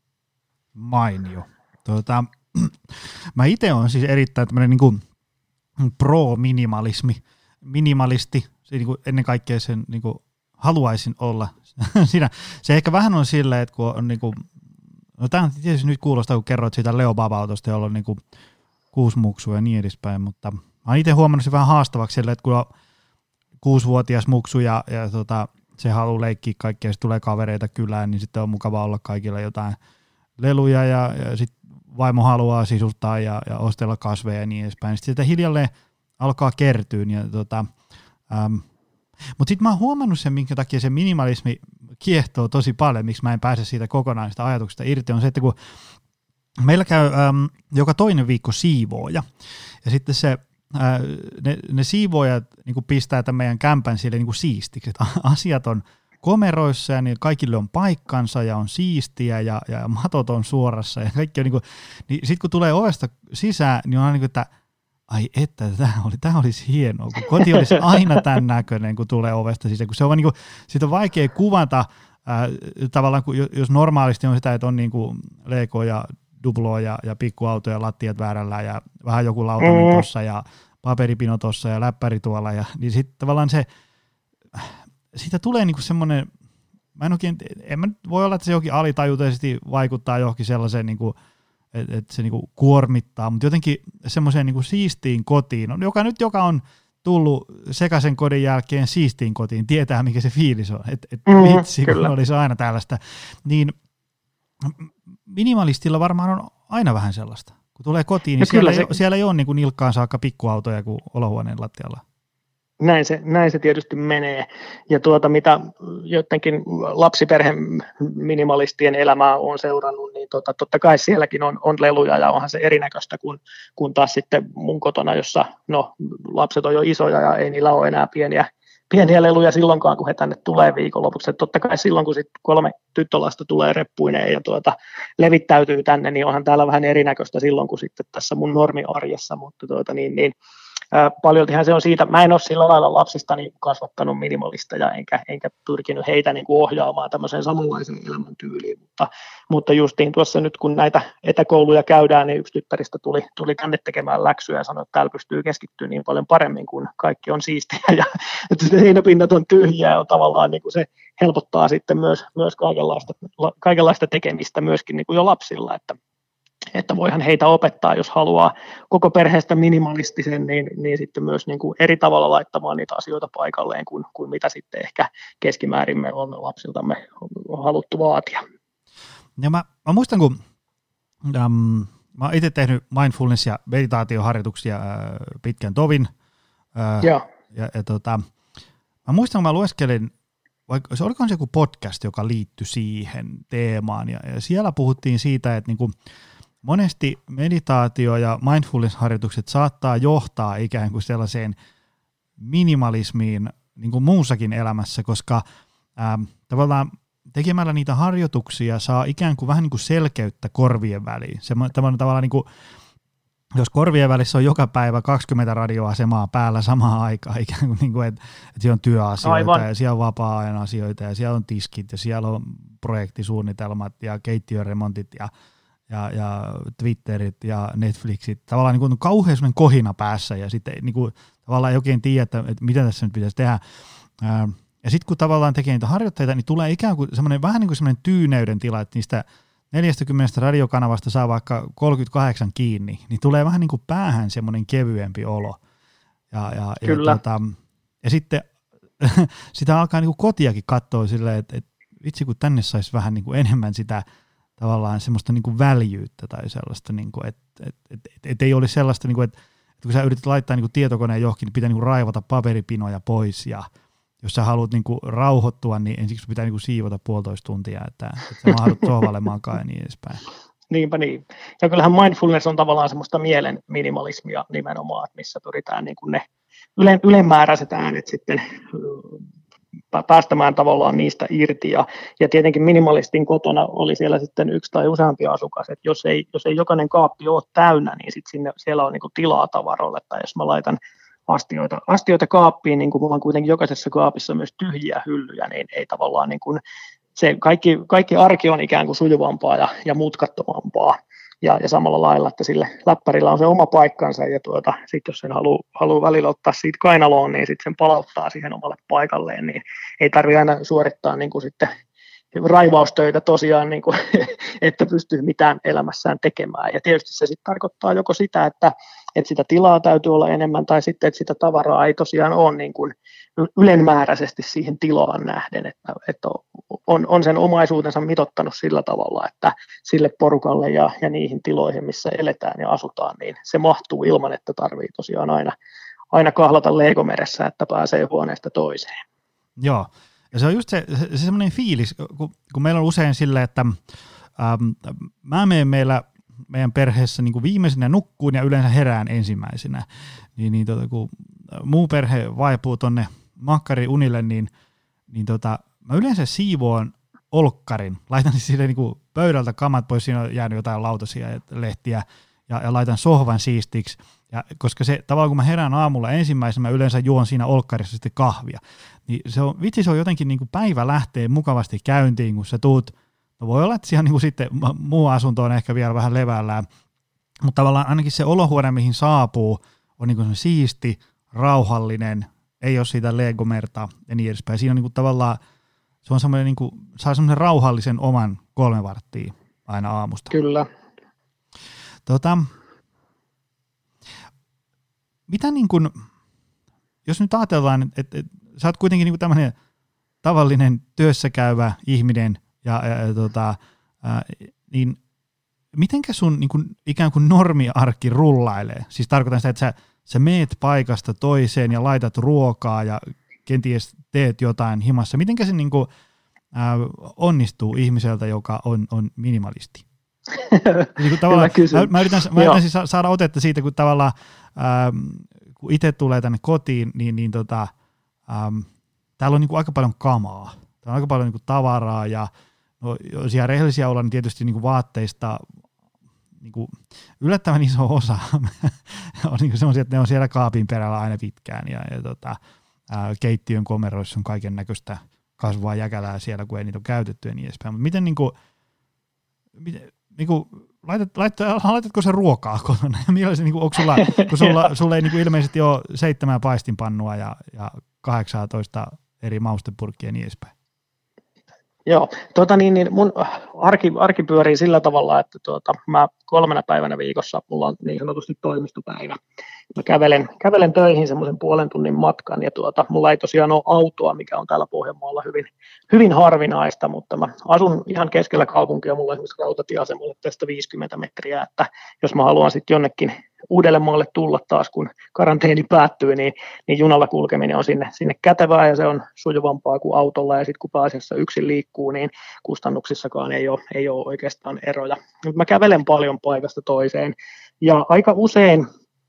Speaker 2: Mainio. Tuota, mä itse olen siis erittäin tämmöinen niin kuin pro-minimalismi, minimalisti, se niin kuin ennen kaikkea sen niin kuin haluaisin olla. Siinä, se ehkä vähän on silleen, että kun on niin kuin, no tämä tietysti nyt kuulostaa, kun kerroit siitä Leo Babautosta, jolla on niin kuin kuusi muksua ja niin edespäin, mutta mä oon itse huomannut se vähän haastavaksi silleen, että kun on kuusivuotias muksu ja, ja tota, se haluaa leikkiä kaikkea, se tulee kavereita kylään, niin sitten on mukava olla kaikilla jotain leluja ja, ja sitten vaimo haluaa sisustaa ja, ja ostella kasveja ja niin edespäin. Sitten sitä hiljalleen alkaa kertyä. Tota, ähm, mutta sitten mä oon huomannut sen, minkä takia se minimalismi kiehtoo tosi paljon, miksi mä en pääse siitä kokonaisesta ajatuksesta irti, on se, että kun meillä käy ähm, joka toinen viikko siivooja, ja sitten se, äh, ne, ne siivoojat niin kuin pistää tämän meidän kämpän sille niin kuin siistiksi, että asiat on komeroissa ja niin kaikille on paikkansa ja on siistiä ja, ja matot on suorassa ja kaikki on niin kuin, niin sitten kun tulee ovesta sisään, niin on niin kuin, että ai että, tämä, oli, tämä olisi hienoa, kun koti olisi aina tämän näköinen, kun tulee ovesta sisään, kun se on niin kuin, siitä on vaikea kuvata, äh, tavallaan kun, jos normaalisti on sitä, että on niin kuin Lego ja Duplo ja, ja pikkuauto ja lattiat väärällä ja vähän joku lautanen mm. tuossa ja paperipino tuossa ja läppäri tuolla, ja, niin sitten tavallaan se siitä tulee niinku semmoinen, mä en oikein, en mä voi olla, että se jokin alitajuisesti vaikuttaa johonkin sellaiseen, niinku, että et se niinku kuormittaa, mutta jotenkin semmoiseen niinku siistiin kotiin, joka nyt joka on tullut sekaisen kodin jälkeen siistiin kotiin, tietää mikä se fiilis on, että et mm, vitsi, kun olisi aina tällaista, niin minimalistilla varmaan on aina vähän sellaista. Kun tulee kotiin, niin no siellä, se... ei, siellä ei ole niinku nilkkaan saakka pikkuautoja kuin olohuoneen lattialla.
Speaker 3: Näin se, näin se tietysti menee. Ja tuota, mitä jotenkin lapsiperheminimalistien elämää on seurannut, niin tota, totta kai sielläkin on, on leluja ja onhan se erinäköistä kuin, kuin taas sitten mun kotona, jossa no, lapset on jo isoja ja ei niillä ole enää pieniä, pieniä leluja silloinkaan, kun he tänne tulee viikonlopuksi. Että totta kai silloin, kun sit kolme tyttölasta tulee reppuineen ja tuota, levittäytyy tänne, niin onhan täällä vähän erinäköistä silloin, kuin sitten tässä mun normiarjessa, mutta tuota, niin, niin paljoltihan se on siitä, mä en ole sillä lailla lapsistani kasvattanut minimalisteja, enkä, enkä pyrkinyt heitä niin kuin ohjaamaan tämmöiseen samanlaiseen elämäntyyliin, mutta, mutta justiin tuossa nyt kun näitä etäkouluja käydään, niin yksi tyttäristä tuli, tuli tänne tekemään läksyä ja sanoi, että täällä pystyy keskittymään niin paljon paremmin, kun kaikki on siistiä ja että heinäpinnat on tyhjiä ja tavallaan niin kuin se helpottaa sitten myös, myös kaikenlaista, kaikenlaista tekemistä myöskin niin kuin jo lapsilla, että että voihan heitä opettaa, jos haluaa koko perheestä minimalistisen, niin, niin sitten myös niin kuin eri tavalla laittamaan niitä asioita paikalleen, kuin, kuin mitä sitten ehkä keskimäärin me on lapsiltamme haluttu vaatia.
Speaker 2: Ja mä, mä muistan, kun äm, mä oon itse tehnyt mindfulness- ja meditaatioharjoituksia äh, pitkän tovin, äh, ja, ja tota, mä muistan, kun mä lueskelin, vaikka se olikohan se joku podcast, joka liittyi siihen teemaan, ja, ja siellä puhuttiin siitä, että niinku monesti meditaatio ja mindfulness-harjoitukset saattaa johtaa ikään kuin sellaiseen minimalismiin niin kuin muussakin elämässä, koska ää, tavallaan tekemällä niitä harjoituksia saa ikään kuin vähän niin kuin selkeyttä korvien väliin. Se tavallaan niin kuin jos korvien välissä on joka päivä kaksikymmentä radioasemaa päällä samaan aikaan, ikään kuin, niin kuin että, että siellä on työasioita Aivan. ja siellä on vapaa-ajan asioita ja siellä on tiskit ja siellä on projektisuunnitelmat ja keittiöremontit ja, ja, ja Twitterit ja Netflixit. Tavallaan niin kuin kauhean semmoinen kohina päässä ja sitten niin kuin, tavallaan ei oikein tiedä, että, että mitä tässä nyt pitäisi tehdä. Ja sitten kun tavallaan tekee niitä harjoitteita, niin tulee ikään kuin semmoinen vähän niin kuin semmoinen tyyneyden tila, että niistä neljästäkymmenestä radiokanavasta saa vaikka kolmekymmentäkahdeksan kiinni, niin tulee vähän niin kuin päähän semmoinen kevyempi olo. Ja, ja,
Speaker 3: Kyllä.
Speaker 2: Ja, tota, ja sitten sitä alkaa niin kuin kotiakin katsoa silleen, että, että vitsi kun tänne saisi vähän niin kuin enemmän sitä tavallaan semmoista niin kuin väljyyttä tai sellaista, niin kuin, että, että, että, että, että ei olisi sellaista, niin kuin, että, että kun sä yrität laittaa niin kuin tietokoneen johonkin, niin pitää niin kuin raivata paperipinoja pois ja jos sä haluat niinku rauhoittua, niin ensiksi pitää niinku siivota puolitoista tuntia, että, että sä mahdut sohvalle makaa ja niin edespäin.
Speaker 3: Niinpä niin. Ja kyllähän mindfulness on tavallaan semmoista mielen minimalismia nimenomaan, että missä pyritään niinku ne yle, ylemmääräiset äänet sitten päästämään tavallaan niistä irti. Ja, ja tietenkin minimalistin kotona oli siellä sitten yksi tai useampi asukas, että jos ei, jos ei jokainen kaappi ole täynnä, niin sit sinne, siellä on niinku tilaa tavaroille, tai jos mä laitan astioita, astioita kaappiin, niin kuin mulla on kuitenkin jokaisessa kaapissa myös tyhjiä hyllyjä, niin ei tavallaan niin kuin se kaikki, kaikki arki on ikään kuin sujuvampaa ja, ja mutkattomampaa. Ja, ja samalla lailla, että sille läppärillä on se oma paikkansa, ja tuota, sitten jos sen haluaa haluu välillä ottaa siitä kainaloon, niin sitten sen palauttaa siihen omalle paikalleen, niin ei tarvitse aina suorittaa niin kuin sitten raivaustöitä tosiaan, niin kuin, että pystyy mitään elämässään tekemään. Ja tietysti se sitten tarkoittaa joko sitä, että, että sitä tilaa täytyy olla enemmän, tai sitten, että sitä tavaraa ei tosiaan ole niin kuin ylenmääräisesti siihen tilaan nähden, että, että on, on sen omaisuutensa mitottanut sillä tavalla, että sille porukalle ja, ja niihin tiloihin, missä eletään ja asutaan, niin se mahtuu ilman, että tarvii tosiaan aina, aina kahlata leikomeressä, että pääsee huoneesta toiseen.
Speaker 2: Joo. Ja se on just se, se, se semmoinen fiilis, kun, kun meillä on usein silleen, että ähm, mä menen meillä meidän perheessä niin kuin viimeisenä nukkuun ja yleensä herään ensimmäisenä, niin, niin tota, kun muu perhe vaipuu tonne makkariunille, niin, niin tota, mä yleensä siivoon olkkarin, laitan siis silleen niin kuin pöydältä kamat pois, siinä on jäänyt jotain lautasia ja lehtiä, ja, ja laitan sohvan siistiksi, ja koska se tavallaan kun mä herään aamulla ensimmäisenä, mä yleensä juon siinä olkkarissa sitten kahvia, niin se on, vitsi se on jotenkin niin kuin päivä lähtee mukavasti käyntiin, kun sä tuut, no voi olla, että siellä niin kuin sitten muu asunto on ehkä vielä vähän levällään, mutta tavallaan ainakin se olohuone, mihin saapuu, on niin kuin siisti, rauhallinen, ei ole siitä legomerta ja niin edespäin. Siinä on niin kuin tavallaan, se on semmoinen, niin kuin, saa semmoinen rauhallisen oman kolme varttia aina aamusta.
Speaker 3: Kyllä.
Speaker 2: Tota, mitä niin kuin, jos nyt ajatellaan, että, että, että sä oot kuitenkin niin kuin tämmöinen tavallinen työssäkäyvä ihminen, ja, ja, ja tota, ää, niin mitenkä sun niin kuin, ikään kuin normiarki rullailee? Siis tarkoitan sitä, että sä, sä meet paikasta toiseen ja laitat ruokaa ja kenties teet jotain himassa. Mitenkä se niin kuin, ää, onnistuu ihmiseltä, joka on, on minimalisti? Niin kuin tavallaan, mä, mä yritän, mä yritän siis saada otetta siitä, kun tavallaan ähm, kun itse tulee tänne kotiin, niin, niin tota, ähm, täällä on niin kuin aika paljon kamaa. Täällä on aika paljon niin kuin tavaraa ja no, jos ihan rehellisiä olla, niin tietysti niin kuin vaatteista niin kuin yllättävän iso osa on niin kuin semmoisia, että ne on siellä kaapin perällä aina pitkään ja, ja tota, ää, keittiön komeroissa on kaiken näköistä kasvaa jäkälää siellä, kun ei niitä ole käytetty ja niin edespäin. Mutta miten, niin kuin, miten niin kuin, laitat, laitat, laitatko se ruokaa kotona? Mielestäni, niin kuin, onko sulla, kun sulla, sulla ei niin kuin ilmeisesti ole seitsemää paistinpannua ja, ja kahdeksantoista eri maustepurkkia ja niin edespäin?
Speaker 3: Joo, tota niin, niin mun arki, arki pyörii sillä tavalla, että tuota, mä kolmena päivänä viikossa, mulla on niin sanotusti toimistopäivä. Mä kävelen, kävelen töihin semmoisen puolen tunnin matkan, ja tuota, mulla ei tosiaan ole autoa, mikä on täällä Pohjanmaalla hyvin, hyvin harvinaista, mutta mä asun ihan keskellä kaupunkia, mulla on esimerkiksi rautatieasemalle tästä viisikymmentä metriä, että jos mä haluan sitten jonnekin Uudellemaalle tulla taas, kun karanteeni päättyy, niin, niin junalla kulkeminen on sinne, sinne kätevää ja se on sujuvampaa kuin autolla, ja sitten kun pääasiassa yksin liikkuu, niin kustannuksissakaan ei ole, ei ole oikeastaan eroja. Nyt mä kävelen paljon paikasta toiseen ja aika usein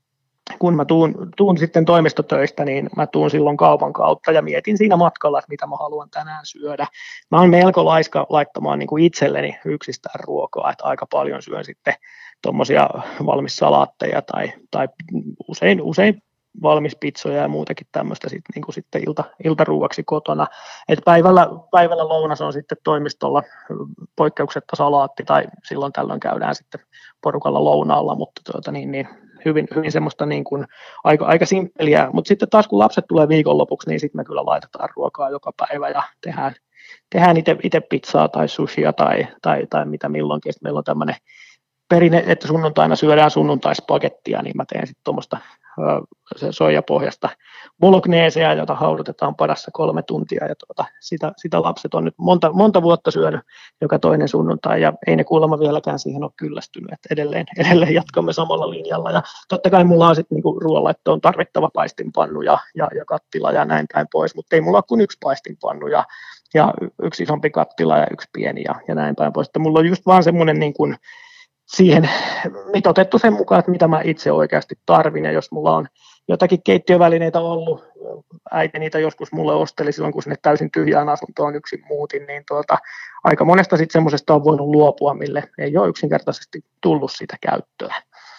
Speaker 3: kun mä tuun, tuun sitten toimistotöistä, niin mä tuun silloin kaupan kautta ja mietin siinä matkalla, että mitä mä haluan tänään syödä. Mä oon melko laiska laittamaan niin kuin itselleni yksistään ruokaa, että aika paljon syön sitten tuommoisia valmissalaatteja tai, tai usein, usein valmispitsoja ja muutakin tämmöistä sit, niin kuin sitten ilta, iltaruuaksi kotona. Et päivällä, päivällä lounas on sitten toimistolla poikkeuksetta salaatti tai silloin tällöin käydään sitten porukalla lounaalla, mutta tuota, niin, niin, hyvin, hyvin semmoista niin kuin aika, aika simppeliä. Mutta sitten taas kun lapset tulee viikonlopuksi, niin sitten me kyllä laitetaan ruokaa joka päivä ja tehdään, tehdään itse pizzaa tai sushia tai, tai, tai mitä milloinkin. Sitten meillä on tämmöinen perinne, että sunnuntaina syödään sunnuntaispagettia, niin mä teen sitten tuommoista se soijapohjasta bolognesea, jota haudutetaan padassa kolme tuntia, ja tuota, sitä, sitä lapset on nyt monta, monta vuotta syönyt joka toinen sunnuntai, ja ei ne kuulemma vieläkään siihen ole kyllästynyt, että edelleen, edelleen jatkamme samalla linjalla, ja totta kai mulla on sitten niinku ruoanlaittoon tarvittava paistinpannu ja, ja, ja kattila ja näin päin pois, mutta ei mulla ole kuin yksi paistinpannu, ja, ja yksi isompi kattila ja yksi pieni, ja, ja näin päin pois, että mulla on just vaan semmoinen niin kuin siihen mitoitettu sen mukaan, että mitä mä itse oikeasti tarvin, ja jos mulla on jotakin keittiövälineitä ollut, äiti niitä joskus mulle osteli silloin, kun sinne täysin tyhjään asuntoon yksin muutin, niin tuota, aika monesta sitten semmoisesta on voinut luopua, mille ei ole yksinkertaisesti tullut sitä käyttöä.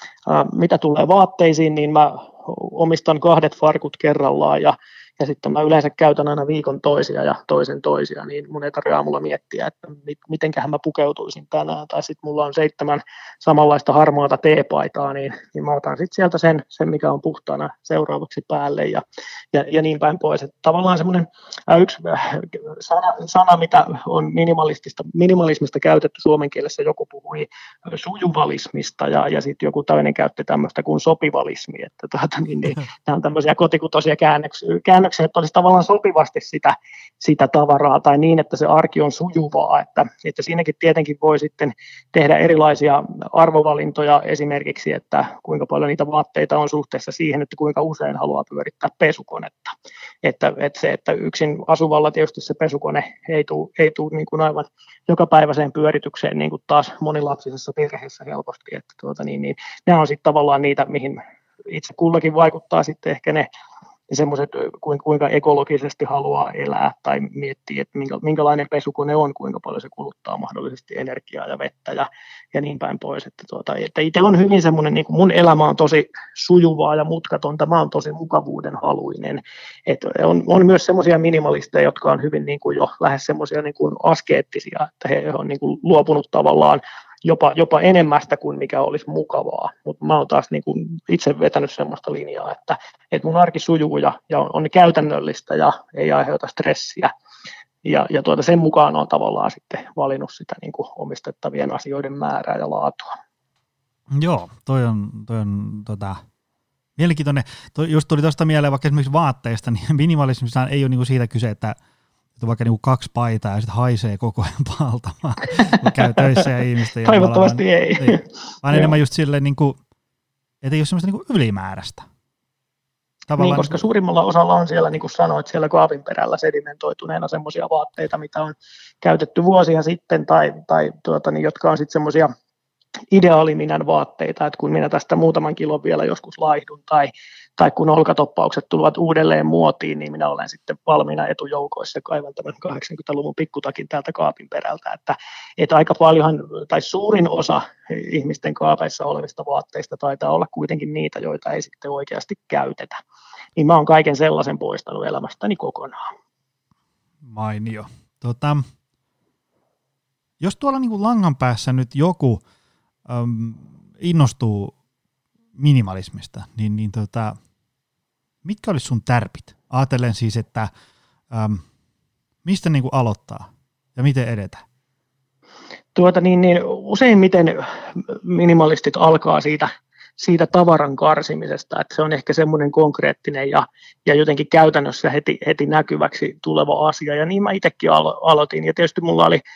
Speaker 3: Mitä tulee vaatteisiin, niin mä omistan kahdet farkut kerrallaan, ja Ja sitten mä yleensä käytän aina viikon toisia ja toisen toisia, niin mun ei tarvitse aamulla miettiä, että mitenköhän mä pukeutuisin tänään. Tai sitten mulla on seitsemän samanlaista harmaata teepaitaa, niin, niin mä otan sitten sieltä sen, sen, mikä on puhtaana seuraavaksi päälle ja, ja, ja niin päin pois. Että tavallaan semmoinen äh, yksi äh, sana, sana, mitä on minimalistista, minimalismista käytetty suomen kielessä, joku puhui sujuvalismista ja, ja sitten joku toinen käytti tämmöistä kuin sopivalismi. Että tuota, niin, niin, nämä on tämmöisiä kotikutoisia käännöksiä, käännöksiä, että olisi tavallaan sopivasti sitä, sitä tavaraa tai niin, että se arki on sujuvaa, että, että siinäkin tietenkin voi sitten tehdä erilaisia arvovalintoja esimerkiksi, että kuinka paljon niitä vaatteita on suhteessa siihen, että kuinka usein haluaa pyörittää pesukonetta, että, että se, että yksin asuvalla tietysti se pesukone ei tule, ei tule niin kuin aivan jokapäiväiseen pyöritykseen niin kuin taas monilapsisessa perheessä helposti, että tuota, niin, niin, nämä on sitten tavallaan niitä, mihin itse kullakin vaikuttaa sitten ehkä ne semmoiset, kuinka ekologisesti haluaa elää tai miettiä, että minkälainen pesukone on, kuinka paljon se kuluttaa mahdollisesti energiaa ja vettä ja, ja niin päin pois. Että, tuota, että itse on hyvin semmoinen, niin kuin mun elämä on tosi sujuvaa ja mutkatonta, mä oon tosi mukavuuden haluinen. Että on, on myös semmoisia minimalisteja, jotka on hyvin niin kuin jo lähes semmoisia niin kuin askeettisia, että he on niin kuin luopunut tavallaan Jopa, jopa enemmästä kuin mikä olisi mukavaa, mutta mä oon taas niin kuin itse vetänyt semmoista linjaa, että, että mun arki sujuu ja, ja on, on käytännöllistä ja ei aiheuta stressiä. Ja, ja tuota sen mukaan on tavallaan sitten valinnut sitä niin kuin omistettavien asioiden määrää ja laatua.
Speaker 2: Joo, toi on, toi on tota, mielenkiintoinen. Toi, just tuli tuosta mieleen vaikka esimerkiksi vaatteista, niin minimalismissa ei ole niin kuin siitä kyse, että että vaikka niinku kaksi paitaa ja sitten haisee koko ajan pahaltamaan, kun käy töissä ja ihmisten.
Speaker 3: Toivottavasti ja ei. ei.
Speaker 2: Vaan enemmän just silleen, niinku, että ei ole semmoista niinku ylimääräistä.
Speaker 3: Tavallaan niin, koska suurimmalla osalla on siellä, niin kuin sanoit, siellä kaapin perällä sedimentoituneena semmoisia vaatteita, mitä on käytetty vuosia sitten, tai, tai tuota, niin, jotka on sitten semmoisia ideaaliminän vaatteita, että kun minä tästä muutaman kilon vielä joskus laihdun, tai, tai kun olkatoppaukset tulevat uudelleen muotiin, niin minä olen sitten valmiina etujoukoissa kaivan tämän kahdeksankymmentäluvun pikkutakin täältä kaapin perältä, että, että aika paljonhan, tai suurin osa ihmisten kaapeissa olevista vaatteista taitaa olla kuitenkin niitä, joita ei sitten oikeasti käytetä. Niin mä oon kaiken sellaisen poistanut elämästäni kokonaan.
Speaker 2: Mainio. Tota, jos tuolla niin kuin langan päässä nyt joku äm, innostuu minimalismista, niin, niin tota, mitkä olisi sun tärpit? Aatellen siis, että äm, mistä niin kuin aloittaa ja miten edetä?
Speaker 3: Tuota, niin, niin, useimmiten minimalistit alkaa siitä, siitä tavaran karsimisesta, että se on ehkä semmoinen konkreettinen ja, ja jotenkin käytännössä heti, heti näkyväksi tuleva asia, ja niin mä itsekin alo- aloitin, ja tietysti mulla oli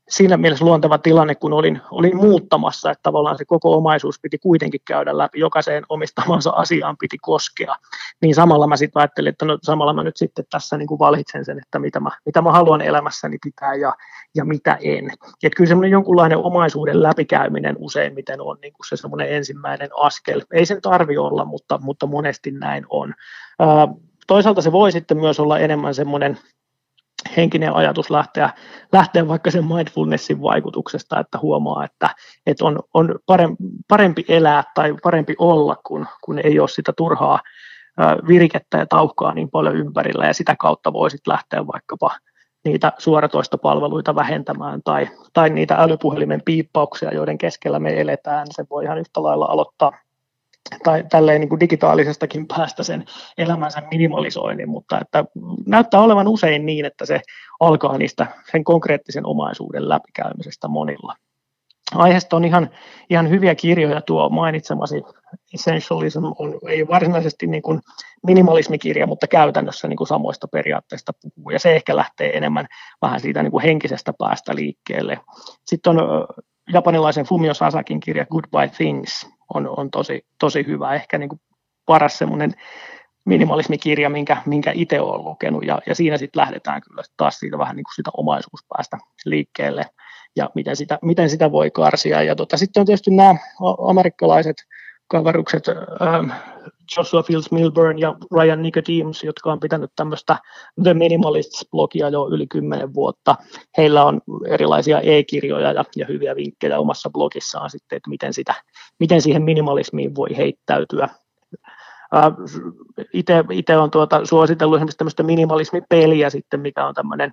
Speaker 3: siinä mielessä luonteva tilanne, kun olin, olin muuttamassa, että tavallaan se koko omaisuus piti kuitenkin käydä läpi, jokaiseen omistamansa asiaan piti koskea, niin samalla mä sitten ajattelin, että no, samalla mä nyt sitten tässä niin kuin valitsen sen, että mitä mä, mitä mä haluan elämässäni pitää ja, ja mitä en. Et kyllä semmoinen jonkunlainen omaisuuden läpikäyminen useimmiten on niin kuin se semmoinen ensimmäinen askel. Ei sen tarvi olla, mutta, mutta monesti näin on. Ää, toisaalta se voi sitten myös olla enemmän semmoinen henkinen ajatus lähteä, lähteä vaikka sen mindfulnessin vaikutuksesta, että huomaa, että, että on, on parempi elää tai parempi olla, kun, kun ei ole sitä turhaa virikettä ja tauhkaa niin paljon ympärillä, ja sitä kautta voisit lähteä vaikkapa niitä suoratoistopalveluita vähentämään tai, tai niitä älypuhelimen piippauksia, joiden keskellä me eletään, se voi ihan yhtä lailla aloittaa tai tälleen niin kuin digitaalisestakin päästä sen elämänsä minimalisoinnin, mutta että näyttää olevan usein niin, että se alkaa niistä sen konkreettisen omaisuuden läpikäymisestä monilla. Aiheesta on ihan, ihan hyviä kirjoja, tuo mainitsemasi Essentialism on, ei varsinaisesti niin kuin minimalismikirja, mutta käytännössä niin kuin samoista periaatteista puhuu, ja se ehkä lähtee enemmän vähän siitä niin kuin henkisestä päästä liikkeelle. Sitten on japanilaisen Fumio Sasakin kirja Goodbye Things, on, on tosi, tosi hyvä, ehkä niin kuin paras semmoinen minimalismikirja, minkä, minkä itse olen lukenut, ja, ja siinä sitten lähdetään kyllä taas siitä vähän niin kuin sitä omaisuuspäästä liikkeelle, ja miten sitä, miten sitä voi karsia. Ja tota, sitten on tietysti nämä amerikkalaiset kaverukset, ähm, Joshua Fields Milburn ja Ryan Nicodemus, jotka on pitänyt tämmöistä The Minimalists-blogia jo yli kymmenen vuotta. Heillä on erilaisia e-kirjoja ja, ja hyviä vinkkejä omassa blogissaan sitten, että miten, sitä, miten siihen minimalismiin voi heittäytyä. Äh, itse olen tuota, suositellut esimerkiksi tämmöistä minimalismipeliä sitten, mikä on tämmöinen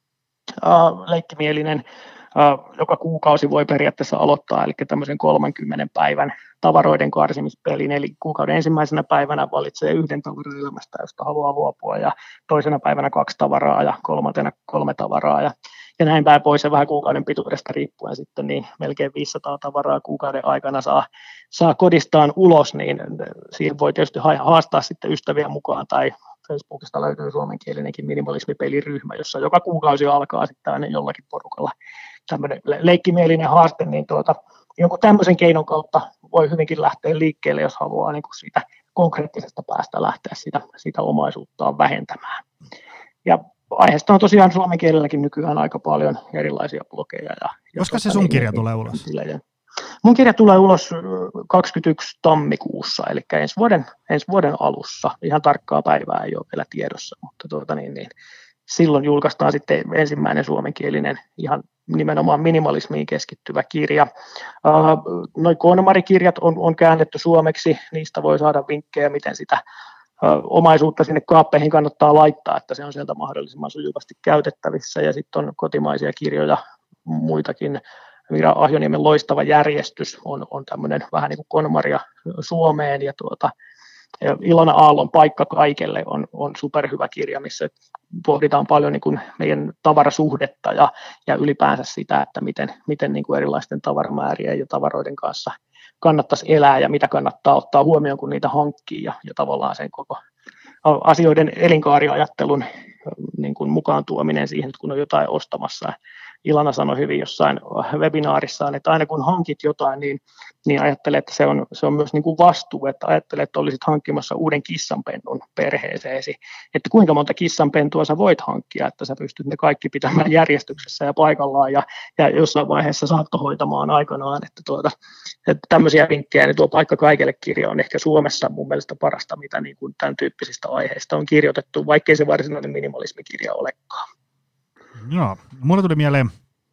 Speaker 3: äh, leikkimielinen, Uh, joka kuukausi voi periaatteessa aloittaa, eli tämmöisen kolmenkymmenen päivän tavaroiden karsimispelin, eli kuukauden ensimmäisenä päivänä valitsee yhden tavaran elämästä, josta haluaa luopua, ja toisena päivänä kaksi tavaraa, ja kolmantena kolme tavaraa, ja, ja näin päin pois, ja vähän kuukauden pituudesta riippuen sitten, niin melkein viisisataa tavaraa kuukauden aikana saa, saa kodistaan ulos, niin siihen voi tietysti haastaa sitten ystäviä mukaan, tai Facebookista löytyy suomenkielinenkin minimalismipeliryhmä, jossa joka kuukausi alkaa sitten aina jollakin porukalla tämmöinen leikkimielinen haaste, niin tuota, jonkun tämmöisen keinon kautta voi hyvinkin lähteä liikkeelle, jos haluaa niin kuin siitä konkreettisesta päästä lähteä sitä, sitä omaisuuttaan vähentämään. Ja aiheesta on tosiaan suomen kielelläkin nykyään aika paljon erilaisia blogeja. Ja,
Speaker 2: koska se sun kirja tulee ulos?
Speaker 3: Mun kirja tulee ulos kaksikymmentäyksi tammikuussa, eli ensi vuoden, ensi vuoden alussa. Ihan tarkkaa päivää ei ole vielä tiedossa, mutta tuota niin, niin, silloin julkaistaan sitten ensimmäinen suomenkielinen ihan nimenomaan minimalismiin keskittyvä kirja. Uh, Noi KonMari-kirjat on, on käännetty suomeksi, niistä voi saada vinkkejä, miten sitä uh, omaisuutta sinne kaappeihin kannattaa laittaa, että se on sieltä mahdollisimman sujuvasti käytettävissä, ja sitten on kotimaisia kirjoja muitakin. Mira Ahjoniemen Loistava järjestys on, on tämmöinen vähän niin kuin KonMaria Suomeen, ja tuota, ja Ilona Aallon Paikka kaikelle on, on superhyvä kirja, missä pohditaan paljon niin kuin meidän tavarasuhdetta ja, ja ylipäänsä sitä, että miten, miten niin kuin erilaisten tavaramäärien ja tavaroiden kanssa kannattaisi elää ja mitä kannattaa ottaa huomioon, kun niitä hankkii, ja, ja tavallaan sen koko asioiden elinkaariajattelun niin kuin mukaan tuominen siihen, kun on jotain ostamassa. Ilona sanoi hyvin jossain webinaarissaan, että aina kun hankit jotain, niin, niin ajattele, että se on, se on myös niin kuin vastuu, että ajattele, että olisit hankkimassa uuden kissanpennun perheeseesi, että kuinka monta kissanpentua sä voit hankkia, että sä pystyt ne kaikki pitämään järjestyksessä ja paikallaan, ja, ja jossain vaiheessa saattohoitamaan aikanaan, että, tuota, että tämmöisiä vinkkejä, niin tuo Paikka kaikelle -kirja on ehkä Suomessa mun mielestä parasta, mitä niin kuin tämän tyyppisistä aiheista on kirjoitettu, vaikkei se varsinainen minimalismikirja olekaan.
Speaker 2: Joo, mulle tuli mieleen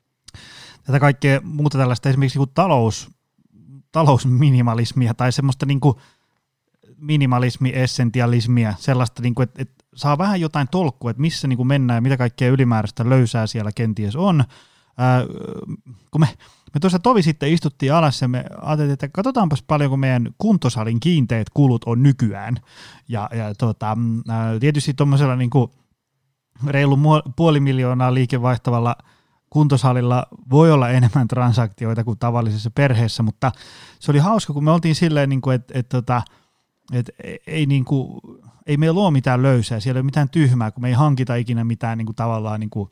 Speaker 2: tätä kaikkea muuta tällaista, esimerkiksi niin kuin talous, talousminimalismia tai semmoista niin kuin minimalismi-essentialismia, sellaista, niin kuin, että, että saa vähän jotain tolkkua, että missä niin kuin mennään ja mitä kaikkea ylimääräistä löysää siellä kenties on. Ää, kun me, me tuossa tovi sitten istuttiin alas ja me ajattelin, että katsotaanpas paljonko meidän kuntosalin kiinteät kulut on nykyään. Ja, ja tota, ää, tietysti tuommoisella niin kuin reilu puoli miljoonaa liikevaihtavalla kuntosalilla voi olla enemmän transaktioita kuin tavallisessa perheessä, mutta se oli hauska, kun me oltiin silleen, että et, et, et, ei, niinku, ei meillä ole mitään löysää, siellä ei ole mitään tyhmää, kun me ei hankita ikinä mitään niinku, tavallaan niinku,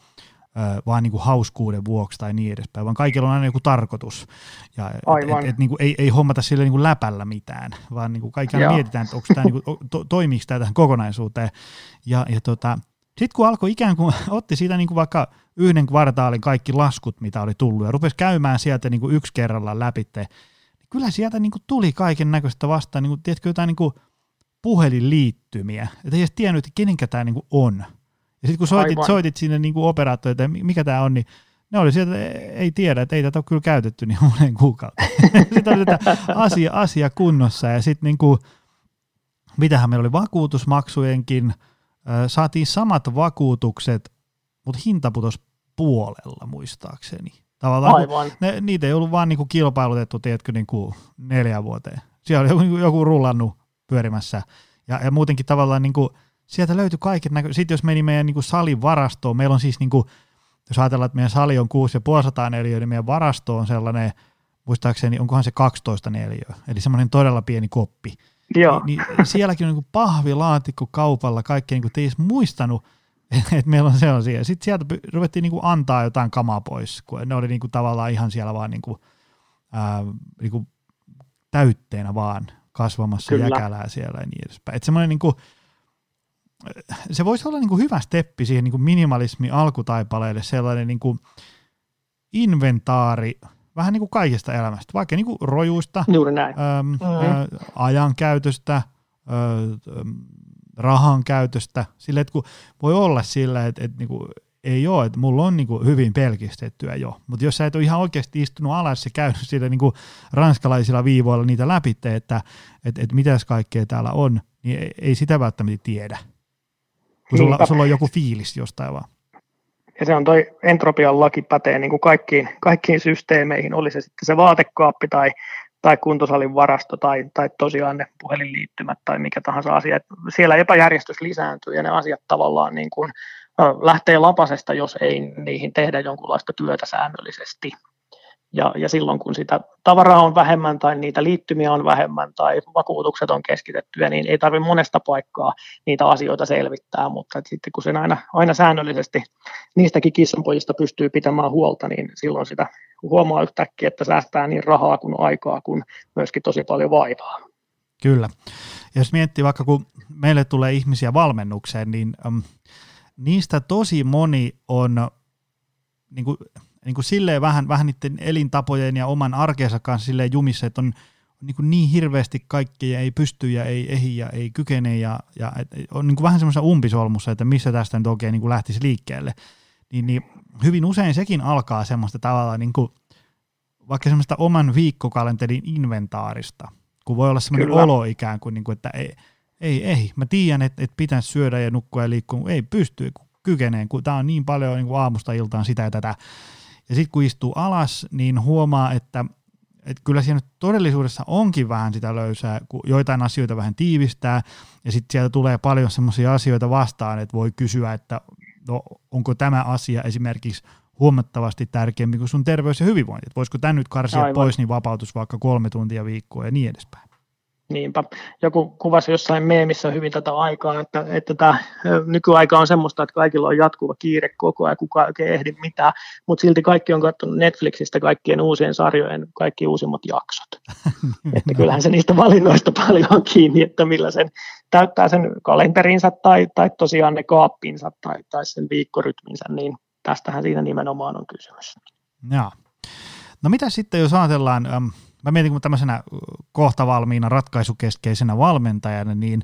Speaker 2: vaan niin kuin hauskuuden vuoksi tai niin edespäin, vaan kaikilla on aina joku tarkoitus. Ja et, et, et, niin kuin ei, ei hommata sille niin kuin läpällä mitään, vaan niin kuin kaikilla mietitään, että onko tämä, niin kuin, to, toimiiko tämä tähän kokonaisuuteen. Ja, ja tota, sitten kun alkoi ikään kuin, otti siitä niin kuin vaikka yhden kvartaalin kaikki laskut, mitä oli tullut, ja rupesi käymään sieltä niin kuin yksi kerrallaan läpi, niin kyllä sieltä niin kuin tuli kaiken näköistä vastaan, niin kuin, tiedätkö, jotain niin kuin puhelinliittymiä, että ei edes tiennyt, että kenenkä tämä niin kuin on. Ja sitten kun soitit, soitit sinne niin kuin operaattoille, että mikä tämä on, niin ne oli sieltä, ei tiedä, että ei tätä ole kyllä käytetty niin monen kuukauden. Sitten oli tätä asia, asia kunnossa, ja sitten niin kuin, mitähän meillä oli vakuutusmaksujenkin, saatiin samat vakuutukset, mutta hinta putosi puolella muistaakseni. Tavallaan ne, niitä ei ollut vaan niin kuin kilpailutettu, tiedätkö, niin kuin neljän vuoteen. Siellä oli joku, joku rullannut pyörimässä, ja, ja muutenkin tavallaan niin kuin sieltä löytyi kaiken näkö. Sitten jos meni meidän niin kuin salin varastoon, meillä on siis, niin kuin, jos ajatellaan, että meidän sali on kuusi ja puolisataa neliöä, niin meidän varasto on sellainen, muistaakseni, onkohan se kaksitoista neliöä, eli semmoinen todella pieni koppi.
Speaker 3: Joo.
Speaker 2: Ni, niin sielläkin on niin kuin pahvilaatikko kaupalla, kaikki niin kuin te ei edes muistanut, että meillä on sellaisia. Sitten sieltä ruvettiin niin kuin antaa jotain kamaa pois, kun ne oli niin kuin tavallaan ihan siellä vaan niin kuin, ää, niin kuin täytteenä vaan kasvamassa Kyllä. jäkälää siellä ja niin edespäin. Että semmoinen niin kuin, se voisi olla niin kuin hyvä steppi siihen niin kuin minimalismi alkutaipaleelle, sellainen niin kuin inventaari vähän niin kuin kaikesta elämästä, vaikka niin kuin rojuista,
Speaker 3: Juuri näin.
Speaker 2: Äm, mm-hmm. ä, ajan käytöstä, ä, rahan käytöstä, sille, että kun voi olla sillä, että, että niin kuin ei ole, että mulla on niin kuin hyvin pelkistettyä jo, mutta jos sä et ole ihan oikeasti istunut alas ja käynyt sillä niin kuin ranskalaisilla viivoilla niitä läpi, että, että, että, että mitäs kaikkea täällä on, niin ei, ei sitä välttämättä tiedä. Kun sulla, sulla on joku fiilis jostain vaan.
Speaker 3: Ja se on toi entropian laki pätee niin kuin kaikkiin, kaikkiin systeemeihin, oli se sitten se vaatekaappi tai, tai kuntosalin varasto tai, tai tosiaan ne puhelinliittymät tai mikä tahansa asia. Et siellä epäjärjestys lisääntyy ja ne asiat tavallaan niin kuin lähtee lapasesta, jos ei niihin tehdä jonkunlaista työtä säännöllisesti. Ja, ja silloin kun sitä tavaraa on vähemmän tai niitä liittymiä on vähemmän tai vakuutukset on keskitettyjä, niin ei tarvitse monesta paikkaa niitä asioita selvittää, mutta sitten kun sen aina, aina säännöllisesti niistäkin kissanpojista pystyy pitämään huolta, niin silloin sitä huomaa yhtäkkiä, että säästää niin rahaa kuin aikaa kuin myöskin tosi paljon vaivaa.
Speaker 2: Kyllä. Ja jos miettii vaikka kun meille tulee ihmisiä valmennukseen, niin äm, niistä tosi moni on niin kuin niin kuin silleen vähän, vähän niiden elintapojen ja oman arkeensa kanssa silleen jumissa, että on, on niin, kuin niin hirveästi kaikkea, ei pysty ja ei ehdi ja ei kykene ja, ja on niin kuin vähän semmoisessa umpisolmussa, että missä tästä nyt oikein niin kuin lähtisi liikkeelle. Niin, niin hyvin usein sekin alkaa semmoista tavallaan niin kuin, vaikka semmoista oman viikkokalenterin inventaarista, kun voi olla semmoinen Kyllä. olo ikään kuin, niin kuin että ei, ei, ei, mä tiedän, että, että pitäisi syödä ja nukkua ja liikkua, ei pysty kykeneen, kun tää on niin paljon niin kuin aamusta iltaan sitä ja tätä. Ja sitten kun istuu alas, niin huomaa, että, että kyllä siinä todellisuudessa onkin vähän sitä löysää, kun joitain asioita vähän tiivistää, ja sitten sieltä tulee paljon semmoisia asioita vastaan, että voi kysyä, että no, onko tämä asia esimerkiksi huomattavasti tärkeämpi kuin sun terveys ja hyvinvointi, että voisiko tämän nyt karsia Aivan. pois, niin vapautus vaikka kolme tuntia viikkoa ja niin edespäin.
Speaker 3: Niinpä. Joku kuvasi jossain meemissä hyvin tätä aikaa, että, että tämä nykyaika on semmoista, että kaikilla on jatkuva kiire koko ajan, kukaan ei oikein ehdi mitään, mutta silti kaikki on katsonut Netflixistä kaikkien uusien sarjojen kaikki uusimmat jaksot. Että kyllähän se niistä valinnoista paljon on kiinni, että millä sen täyttää sen kalenterinsa tai, tai tosiaan ne kaappinsa tai, tai sen viikkorytminsä, niin tästähän siinä nimenomaan on kysymys.
Speaker 2: Joo. No mitä sitten, jos ajatellaan... Um... Mä mietin, kun tämmöisenä kohta valmiina ratkaisukeskeisenä valmentajana, niin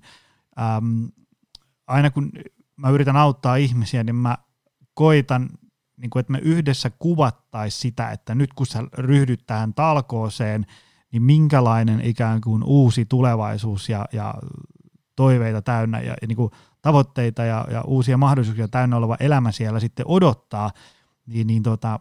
Speaker 2: äm, aina kun mä yritän auttaa ihmisiä, niin mä koitan, niin kun, että me yhdessä kuvattaisiin sitä, että nyt kun sä ryhdyt tähän talkooseen, niin minkälainen ikään kuin uusi tulevaisuus ja, ja toiveita täynnä ja, ja niin kuin tavoitteita ja, ja uusia mahdollisuuksia täynnä oleva elämä siellä sitten odottaa, niin, niin tota,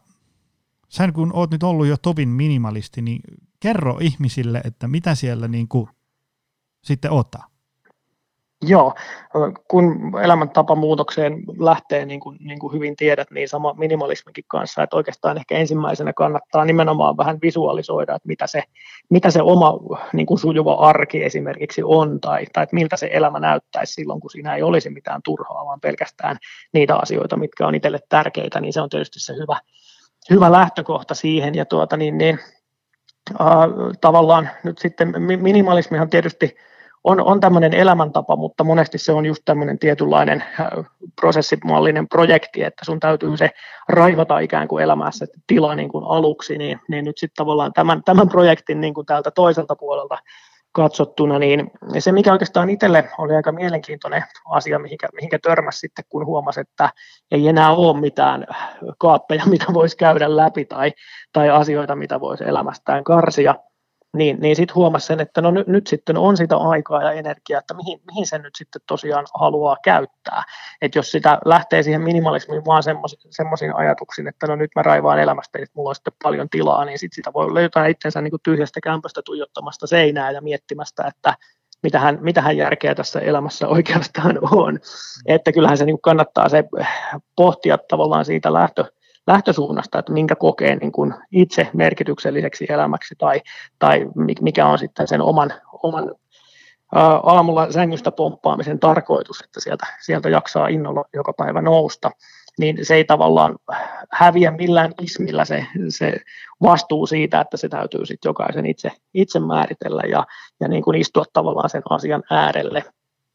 Speaker 2: sä kun oot nyt ollut jo topin minimalisti, niin kerro ihmisille, että mitä siellä niin kuin sitten ottaa.
Speaker 3: Joo, kun elämäntapamuutokseen lähtee, niin kuin, niin kuin hyvin tiedät, niin sama minimalismikin kanssa, että oikeastaan ehkä ensimmäisenä kannattaa nimenomaan vähän visualisoida, että mitä se, mitä se oma niin kuin sujuva arki esimerkiksi on, tai, tai että miltä se elämä näyttäisi silloin, kun siinä ei olisi mitään turhaa, vaan pelkästään niitä asioita, mitkä on itselle tärkeitä, niin se on tietysti se hyvä, hyvä lähtökohta siihen, ja tuota, niin, niin, äh, tavallaan nyt sitten minimalismihan tietysti On, on tämmöinen elämäntapa, mutta monesti se on just tämmöinen tietynlainen prosessimallinen projekti, että sun täytyy se raivata ikään kuin elämässä tila niin kuin aluksi, niin, niin nyt sitten tavallaan tämän, tämän projektin niin kuin täältä toiselta puolelta katsottuna, niin se mikä oikeastaan itselle oli aika mielenkiintoinen asia, mihinkä, mihinkä törmäsi sitten, kun huomasi, että ei enää ole mitään kaappeja, mitä voisi käydä läpi tai, tai asioita, mitä voisi elämästään karsia. Niin, niin sitten huomasi sen, että no nyt, nyt sitten on sitä aikaa ja energiaa, että mihin, mihin sen nyt sitten tosiaan haluaa käyttää. Että jos sitä lähtee siihen minimalismiin vaan semmoisiin ajatuksiin, että no nyt mä raivaan elämästä, että mulla on sitten paljon tilaa, niin sitten sitä voi löytää itsensä niin kuin tyhjästä kämpästä tuijottamasta seinää ja miettimästä, että mitähän, mitähän järkeä tässä elämässä oikeastaan on. Että kyllähän se niin kuin kannattaa se pohtia tavallaan siitä lähtö, lähtösuunnasta, että minkä kokee niin kuin itse merkitykselliseksi elämäksi tai, tai mikä on sitten sen oman, oman ää, aamulla sängystä pomppaamisen tarkoitus, että sieltä, sieltä jaksaa innolla joka päivä nousta, niin se ei tavallaan häviä millään ismillä se, se vastuu siitä, että se täytyy sitten jokaisen itse, itse määritellä ja, ja niin kuin istua tavallaan sen asian äärelle.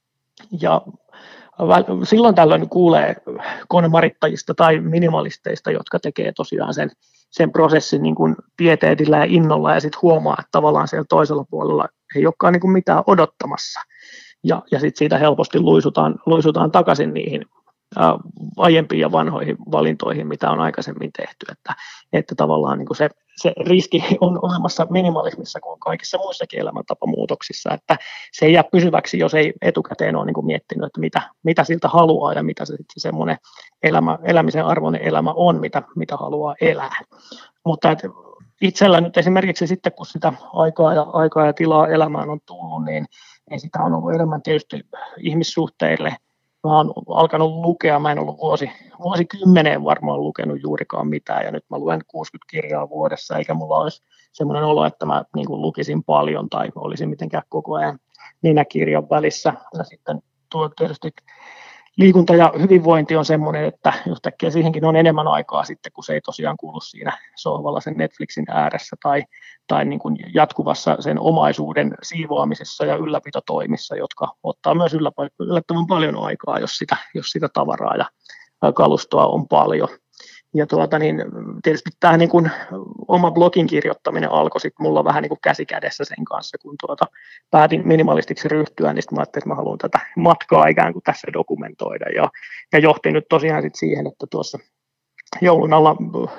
Speaker 3: Ja silloin tällöin kuulee konemarittajista tai minimalisteista, jotka tekee tosiaan sen, sen prosessin niin kuin pieteetillä ja innolla ja sitten huomaa, että tavallaan siellä toisella puolella ei olekaan niin kuin mitään odottamassa. Ja, ja sitten siitä helposti luisutaan, luisutaan takaisin niihin ää, aiempiin ja vanhoihin valintoihin, mitä on aikaisemmin tehty. Että, että tavallaan niin kuin se, se riski on olemassa minimalismissa kuin kaikissa muissakin elämäntapamuutoksissa, että se ei jää pysyväksi, jos ei etukäteen ole niin kuin miettinyt, että mitä, mitä siltä haluaa ja mitä se semmoinen elämä, elämisen arvoinen elämä on, mitä, mitä haluaa elää. Mutta että itsellä nyt esimerkiksi sitten, kun sitä aikaa ja, aikaa ja tilaa elämään on tullut, niin, niin sitä on ollut enemmän tietysti ihmissuhteille. Mä oon alkanut lukea, mä en ollut vuosi, vuosikymmeneen varmaan lukenut juurikaan mitään, ja nyt mä luen kuusikymmentä kirjaa vuodessa, eikä mulla olisi semmoinen olo, että mä niin kuin lukisin paljon tai olisin mitenkään koko ajan ninäkirjan välissä. Ja sitten tuo tietysti liikunta ja hyvinvointi on semmoinen, että yhtäkkiä siihenkin on enemmän aikaa sitten, kun se ei tosiaan kuulu siinä sohvalla sen Netflixin ääressä tai, tai niin kuin jatkuvassa sen omaisuuden siivoamisessa ja ylläpitotoimissa, jotka ottaa myös yllättävän paljon aikaa, jos sitä, jos sitä tavaraa ja kalustoa on paljon. Ja tuota, niin tietysti tämä niin kuin oma blogin kirjoittaminen alkoi sitten mulla vähän niin kuin käsi kädessä sen kanssa, kun tuota, päätin minimalistiksi ryhtyä, niin sitten mä ajattelin, että mä haluan tätä matkaa ikään kuin tässä dokumentoida. Ja, ja johti nyt tosiaan sitten siihen, että tuossa joulun alla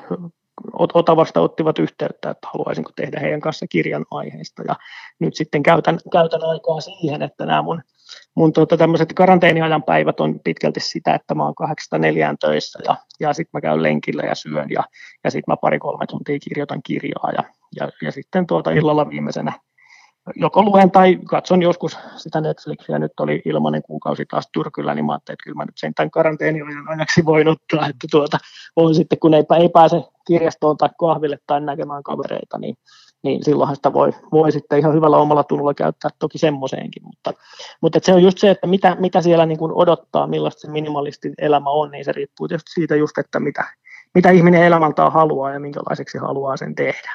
Speaker 3: Otavasta ottivat yhteyttä, että haluaisinko tehdä heidän kanssa kirjan aiheesta. Ja nyt sitten käytän, käytän aikaa siihen, että nämä mun, mun tuota, tämmöiset karanteeniajan päivät on pitkälti sitä, että mä oon kahdeksasta neljään töissä ja, ja sitten mä käyn lenkillä ja syön ja, ja sitten mä pari-kolme tuntia kirjoitan kirjaa ja, ja, ja sitten tuota illalla viimeisenä joko luen tai katson joskus sitä Netflixiä, nyt oli ilmainen kuukausi taas Tyrkyllä, niin mä ajattelin, että kyllä mä nyt sen tämän karanteeniajan ajaksi voin ottaa, että tuota, on sitten kun ei, ei pääse kirjastoon tai kahville tai näkemään kavereita, niin, niin silloinhan sitä voi, voi sitten ihan hyvällä omalla tunnolla käyttää toki semmoiseenkin, mutta, mutta että se on just se, että mitä, mitä siellä niin kuin odottaa, millaista se minimalistin elämä on, niin se riippuu tietysti siitä just, että mitä, mitä ihminen elämältään haluaa ja minkälaiseksi haluaa sen tehdä.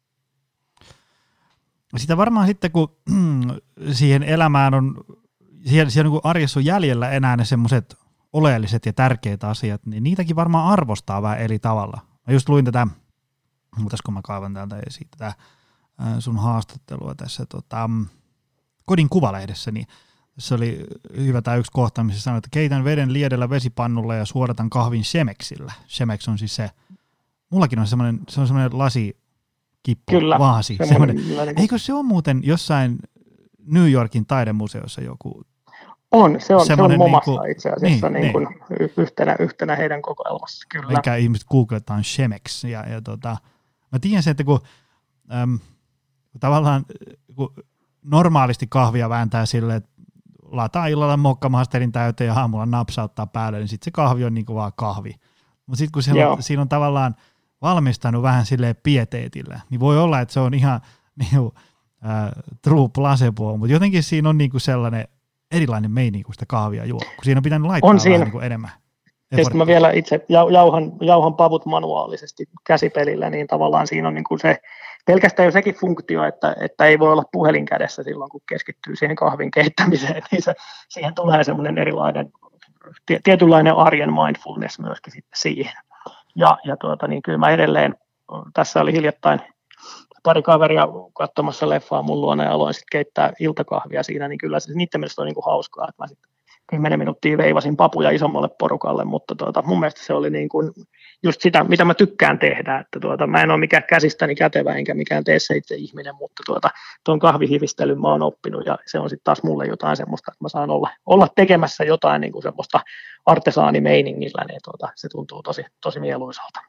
Speaker 2: Sitä varmaan sitten, kun siihen elämään on, siihen, siihen niin arjessa on jäljellä enää ne semmoiset oleelliset ja tärkeät asiat, niin niitäkin varmaan arvostaa vähän eri tavalla. Mä just luin tätä, muutasko mä kaivan täältä esiin, tätä sun haastattelua tässä tota, Kodin Kuvalehdessä, niin se oli hyvä tämä yksi kohta, missä sanoi, että keitän veden liedellä vesipannulla ja suodatan kahvin Chemeksillä. Chemex on siis se, mullakin on semmoinen, se on semmoinen lasi, kippu,
Speaker 3: kyllä,
Speaker 2: vaasi. Eikö se ole muuten jossain New Yorkin taidemuseossa joku?
Speaker 3: On, se on, se on Momassa niin kuin, itse asiassa
Speaker 2: niin,
Speaker 3: niin kuin niin. Yhtenä, yhtenä heidän kokoelmassa, kyllä.
Speaker 2: Mikä ihmiset googletaan Chemex. Ja, ja tota, mä tiedän se, että kun, äm, kun tavallaan kun normaalisti kahvia vääntää silleen, että lataa illalla mokkamasterin täyteen ja aamulla napsauttaa päälle, niin sitten se kahvi on niin kuin vaan kahvi. Mutta sitten kun siellä on, siinä on tavallaan valmistanut vähän silleen pieteetillä, niin voi olla, että se on ihan niin kuin, äh, true placebo, mutta jotenkin siinä on niin kuin sellainen erilainen meininki, kun sitä kahvia juo, kun siinä on pitänyt laittaa on vähän niin kuin enemmän.
Speaker 3: Ja sitten mä vielä itse jauhan, jauhan pavut manuaalisesti käsipelillä, niin tavallaan siinä on niin kuin se, pelkästään jo sekin funktio, että, että ei voi olla puhelin kädessä silloin, kun keskittyy siihen kahvin keittämiseen, niin se, siihen tulee semmoinen erilainen, tietynlainen arjen mindfulness myöskin sitten siihen. Ja, ja tuota, niin kyllä mä edelleen, tässä oli hiljattain pari kaveria katsomassa leffaa mun luona ja aloin sitten keittää iltakahvia siinä, niin kyllä se niiden mielestä on niin kuin hauskaa, että mä sitten kymmenen minuuttia veivasin papuja isommalle porukalle, mutta tuota, mun mielestä se oli niin kuin just sitä, mitä mä tykkään tehdä, että tuota, mä en ole mikään käsistäni kätevä enkä mikään tee se itse ihminen, mutta tuota, tuon kahvihivistelyn mä oon oppinut ja se on sitten taas mulle jotain semmoista, että mä saan olla, olla tekemässä jotain niin kuin semmoista artesaanimeiningillä, niin tuota, se tuntuu tosi, tosi mieluisalta.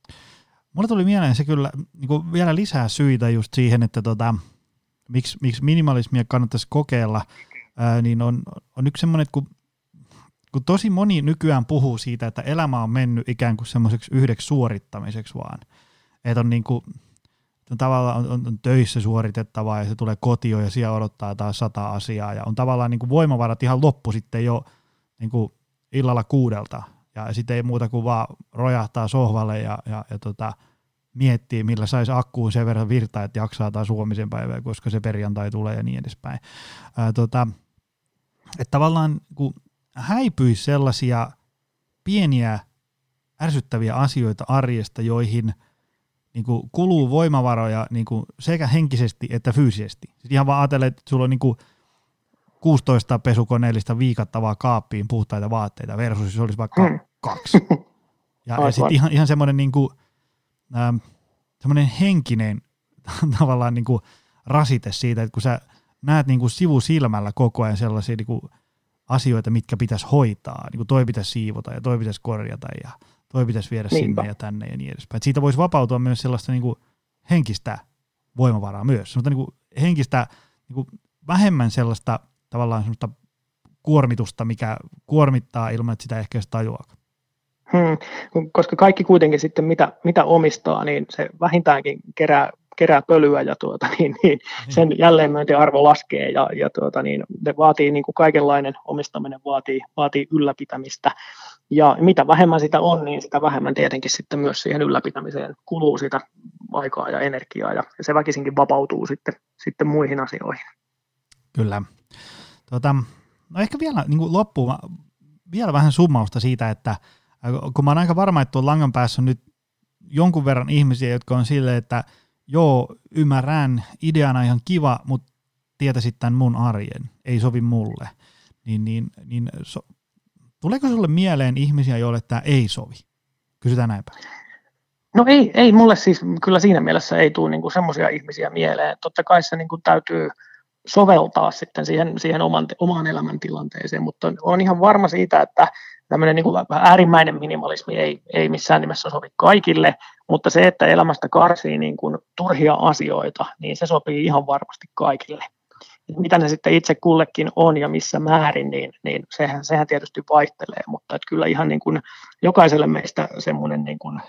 Speaker 2: Mulle tuli mieleen se kyllä niin kuin vielä lisää syitä just siihen, että tota, miksi, miksi minimalismia kannattaisi kokeilla, ää, niin on, on yksi semmoinen, että kun, kun tosi moni nykyään puhuu siitä, että elämä on mennyt ikään kuin semmoiseksi yhdeksi suorittamiseksi vaan, että on niin kuin, on tavallaan on, on, on töissä suoritettavaa ja se tulee kotiin ja siellä odottaa taas sata asiaa ja on tavallaan niin kuin voimavarat ihan loppu sitten jo niin kuin illalla kuudelta. Ja sitten ei muuta kuin vaan rojahtaa sohvalle ja, ja, ja tota, miettii, millä saisi akkuun sen verran virtaa, että jaksaa taas huomisen päivää, koska se perjantai tulee ja niin edespäin. Ää, tota, että tavallaan kun häipyisi sellaisia pieniä ärsyttäviä asioita arjesta, joihin niin kuin kuluu voimavaroja niin kuin sekä henkisesti että fyysisesti. Sitten ihan vaan ajatella, että sulla on niin kuin kuusitoista pesukoneellista viikattavaa kaappiin puhtaita vaatteita versus jos olisi vaikka mm. kaksi. Ja, ja sitten ihan, ihan semmoinen niinku, ähm, semmoinen henkinen tavallaan niinku rasite siitä, että kun sä näet niinku sivusilmällä koko ajan sellaisia niinku asioita, mitkä pitäisi hoitaa, niin kuin toi pitäisi siivota ja toi pitäisi korjata ja toi pitäisi viedä Niinpä. sinne ja tänne ja niin edespäin. Et siitä voisi vapautua myös sellaista niinku henkistä voimavaraa myös, semmoista niinku henkistä niinku vähemmän sellaista tavallaan semmoista kuormitusta, mikä kuormittaa ilman, että sitä ehkä edes tajuaa.
Speaker 3: Hmm. Koska kaikki kuitenkin sitten, mitä, mitä omistaa, niin se vähintäänkin kerää, kerää pölyä ja tuota, niin, niin sen jälleenmyyntiarvo laskee ja, ja tuota, niin, ne vaatii niin kuin kaikenlainen omistaminen vaatii, vaatii ylläpitämistä. Ja mitä vähemmän sitä on, niin sitä vähemmän tietenkin sitten myös siihen ylläpitämiseen kuluu sitä aikaa ja energiaa ja se väkisinkin vapautuu sitten, sitten muihin asioihin.
Speaker 2: Kyllä. Tuota, no ehkä vielä niin kuin loppuun, vielä vähän summausta siitä, että kun mä oon aika varma, että tuolla langan päässä on nyt jonkun verran ihmisiä, jotka on silleen, että joo, ymmärrän, ideana ihan kiva, mutta tietäisit tämän mun arjen, ei sovi mulle. Niin, niin, niin so, tuleeko sulle mieleen ihmisiä, joille tämä ei sovi? Kysytään näin päin.
Speaker 3: No ei, ei mulle siis kyllä siinä mielessä ei tule niinku semmoisia ihmisiä mieleen. Totta kai se niinku täytyy soveltaa sitten siihen, siihen oman, omaan elämäntilanteeseen, mutta on ihan varma siitä, että tämmöinen niin kuin äärimmäinen minimalismi ei, ei missään nimessä sovi kaikille, mutta se, että elämästä karsii niin kuin turhia asioita, niin se sopii ihan varmasti kaikille. Et mitä ne sitten itse kullekin on ja missä määrin, niin, niin sehän, sehän tietysti vaihtelee, mutta että kyllä ihan niin kuin jokaiselle meistä semmoinen niin kuin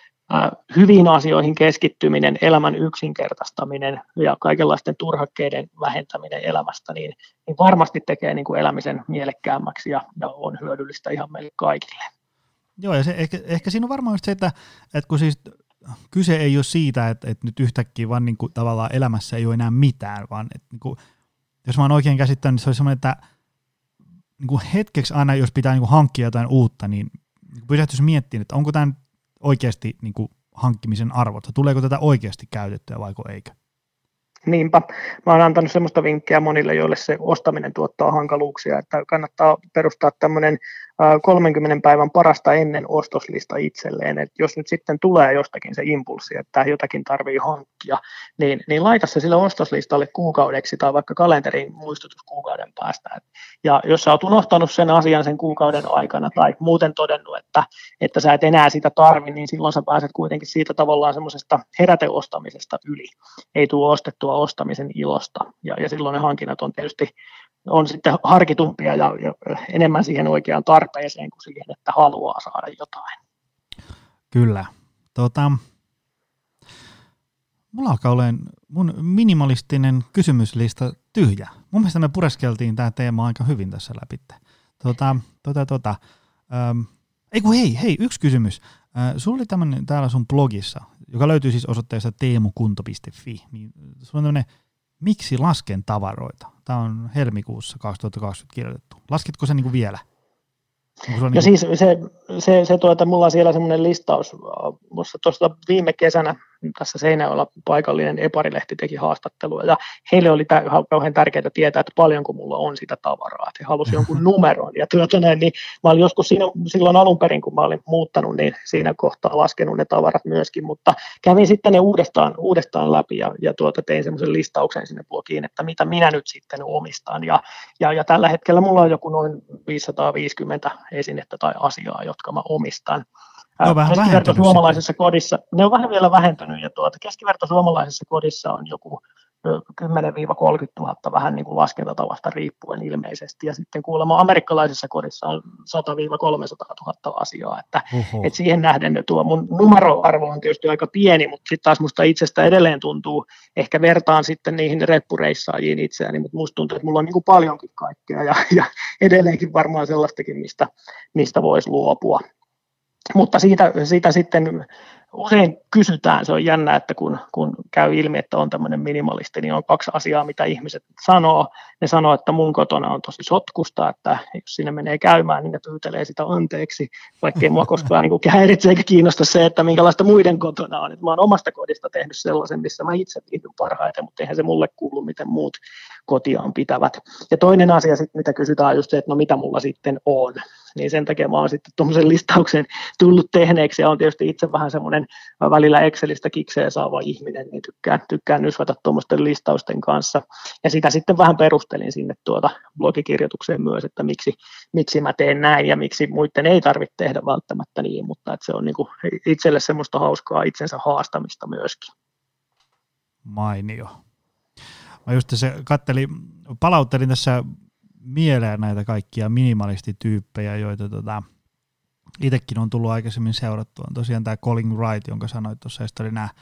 Speaker 3: hyviin asioihin keskittyminen, elämän yksinkertaistaminen ja kaikenlaisten turhakkeiden vähentäminen elämästä, niin, niin varmasti tekee niin kuin elämisen mielekkäämmäksi ja, ja on hyödyllistä ihan meille kaikille.
Speaker 2: Joo, ja se, ehkä, ehkä siinä on varmaan just se, että, että kun siis kyse ei ole siitä, että, että nyt yhtäkkiä vaan niin kuin tavallaan elämässä ei ole enää mitään, vaan että niin kuin, jos mä oon oikein käsittänyt, niin se olisi semmoinen, että niin kuin hetkeksi aina, jos pitää niin kuin hankkia jotain uutta, niin pysähtyisi miettimään, että onko tämä oikeasti niin kuin hankkimisen arvot, tuleeko tätä oikeasti käytettyä vai eikö?
Speaker 3: Niinpä. Mä oon antanut semmoista vinkkiä monille, joille se ostaminen tuottaa hankaluuksia, että kannattaa perustaa tämmöinen kolmenkymmenen päivän parasta ennen ostoslista itselleen, että jos nyt sitten tulee jostakin se impulssi, että jotakin tarvii hankkia, niin, niin laita se sille ostoslistalle kuukaudeksi tai vaikka kalenteriin muistutus kuukauden päästä. Ja jos sä oot unohtanut sen asian sen kuukauden aikana tai muuten todennut, että, että sä et enää sitä tarvi, niin silloin sä pääset kuitenkin siitä tavallaan semmoisesta heräteostamisesta yli. Ei tule ostettua ostamisen ilosta ja, ja silloin ne hankinnat on tietysti on sitten harkitumpia ja, ja enemmän siihen oikeaan tarpeeseen kuin siihen, että haluaa saada jotain.
Speaker 2: Kyllä. Tota, mulla alkaa olemaan mun minimalistinen kysymyslista tyhjä. Mun mielestä me pureskeltiin tämä teema aika hyvin tässä läpi. Tota, tota, tota. Ähm, ei kun hei, hei, yksi kysymys. Äh, sulla oli tämmöinen täällä sun blogissa, joka löytyy siis osoitteesta teemukunto piste fi. Niin sulla on tämmöinen miksi lasken tavaroita. Tämä on helmikuussa kaksituhattakaksikymmentä kirjoitettu. Lasketko se niinku vielä?
Speaker 3: No niin siis se, se, se tuota, mulla on siellä semmoinen listaus, tuossa viime kesänä tässä Seinäjoella paikallinen Eparilehti teki haastattelua, ja heille oli tä, kauhean tärkeää tietää, että paljonko mulla on sitä tavaraa, että he halusivat jonkun numeron, ja tuota, niin mä olin joskus siinä, silloin alun perin, kun mä olin muuttanut, niin siinä kohtaa laskenut ne tavarat myöskin, mutta kävin sitten ne uudestaan, uudestaan läpi, ja, ja tuota, tein semmoisen listauksen sinne blogiin, että mitä minä nyt sitten omistan, ja, ja, ja tällä hetkellä mulla on joku noin viisisataaviisikymmentä esinettä tai asiaa, jotka mä omistan.
Speaker 2: Ne on vähän
Speaker 3: keskiverto suomalaisessa kodissa, ne on vähän vielä vähentynyt, ja tuota, keskiverto suomalaisessa kodissa on joku kymmenen kolmekymmentätuhatta vähän niin kuin laskentatavasta riippuen ilmeisesti, ja sitten kuulemma amerikkalaisessa kodissa on sata kolmesataatuhatta asiaa, että, että siihen nähden tuo mun numeroarvo on tietysti aika pieni, mutta sitten taas musta itsestä edelleen tuntuu, ehkä vertaan sitten niihin reppureissaajiin itseäni, mutta musta tuntuu, että mulla on niin kuin paljonkin kaikkea, ja, ja edelleenkin varmaan sellaistakin, mistä, mistä voisi luopua. Mutta siitä, siitä sitten usein kysytään, se on jännä, että kun, kun käy ilmi, että on tämmöinen minimalisti, niin on kaksi asiaa, mitä ihmiset sanoo. Ne sanoo, että mun kotona on tosi sotkusta, että jos sinne menee käymään, niin ne pyytelee sitä anteeksi, vaikkei mua koskaan niin häiritse eikä kiinnosta se, että minkälaista muiden kotona on. Et mä oon omasta kodista tehnyt sellaisen, missä mä itse viihdyn parhaiten, mutta eihän se mulle kuulu, miten muut kotiaan pitävät. Ja toinen asia, sit, mitä kysytään, on just se, että no mitä mulla sitten on. Niin sen takia mä oon sitten tuommoisen listauksen tullut tehneeksi, ja on tietysti itse vähän semmoinen välillä Excelistä kikseen saava ihminen, niin tykkään, tykkään nysvätä tuommoisten listausten kanssa. Ja sitä sitten vähän perustelin sinne tuota blogikirjoitukseen myös, että miksi, miksi mä teen näin, ja miksi muiden ei tarvitse tehdä välttämättä niin, mutta että se on niinku itselle semmoista hauskaa itsensä haastamista myöskin.
Speaker 2: Mainio. Mä just se kattelin, palauttelin tässä mieleen näitä kaikkia minimalistityyppejä, joita tota, itsekin on tullut aikaisemmin seurattua. On tosiaan tämä Colin Wright, jonka sanoit tuossa, ja sitten oli nämä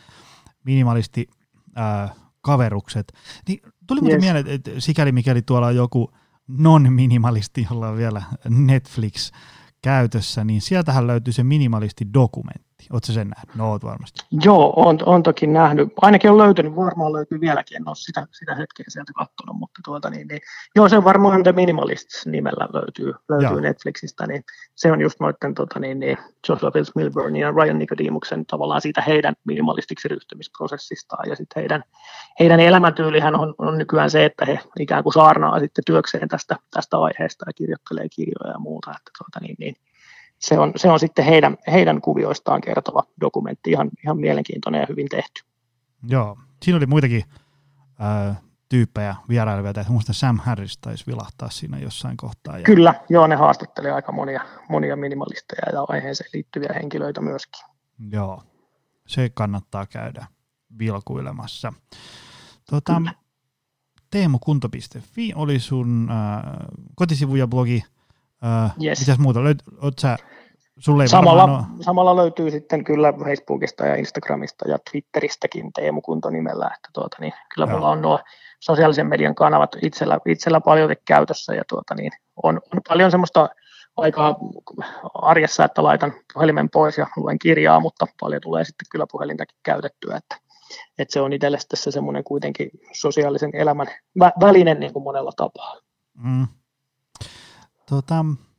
Speaker 2: minimalisti-kaverukset. Niin tuli muuten yes. mieleen, että sikäli mikäli tuolla on joku non-minimalisti, jolla on vielä Netflix käytössä, niin sieltähän löytyy se minimalisti-dokumentti. Oletko sen nähnyt? No oot varmasti.
Speaker 3: Joo, on, on toki nähnyt. Ainakin on löytynyt, varmaan löytyy vieläkin, en ole sitä, sitä hetkeä sieltä katsonut, mutta tuota niin, niin joo, se varmaan The Minimalists nimellä löytyy, löytyy Netflixistä, niin se on just noiden tota niin, niin Joshua Milburnin ja Ryan Nicodemuksen tavallaan siitä heidän minimalistiksi ryhtymisprosessistaan, ja sitten heidän, heidän elämäntyylihän on, on nykyään se, että he ikään kuin saarnaa sitten työkseen tästä, tästä aiheesta ja kirjoittelee kirjoja ja muuta, että tuota niin, niin Se on, se on sitten heidän, heidän kuvioistaan kertova dokumentti, ihan, ihan mielenkiintoinen ja hyvin tehty.
Speaker 2: Joo, siinä oli muitakin äh, tyyppejä vierailevia, että muista Sam Harris taisi vilahtaa siinä jossain kohtaa. Ja...
Speaker 3: Kyllä, joo, ne haastattelee aika monia, monia minimalisteja ja aiheeseen liittyviä henkilöitä myöskin.
Speaker 2: Joo, se kannattaa käydä vilkuilemassa. Tuota, teemukunto piste fi oli sun äh, kotisivu ja blogi. Uh, yes. Mitäs muuta? Löyt, oot sä, sulle ei
Speaker 3: samalla,
Speaker 2: ole...
Speaker 3: samalla löytyy sitten kyllä Facebookista ja Instagramista ja Twitteristäkin Teemukunto nimellä, että tuota, niin, kyllä mulla on nuo sosiaalisen median kanavat itsellä, itsellä paljon käytössä, ja tuota, niin, on, on paljon semmoista aikaa arjessa, että laitan puhelimen pois ja luen kirjaa, mutta paljon tulee sitten kyllä puhelintakin käytettyä, että, että se on itselle tässä semmoinen kuitenkin sosiaalisen elämän vä- väline niin kuin monella tapaa.
Speaker 2: Mm. Tota,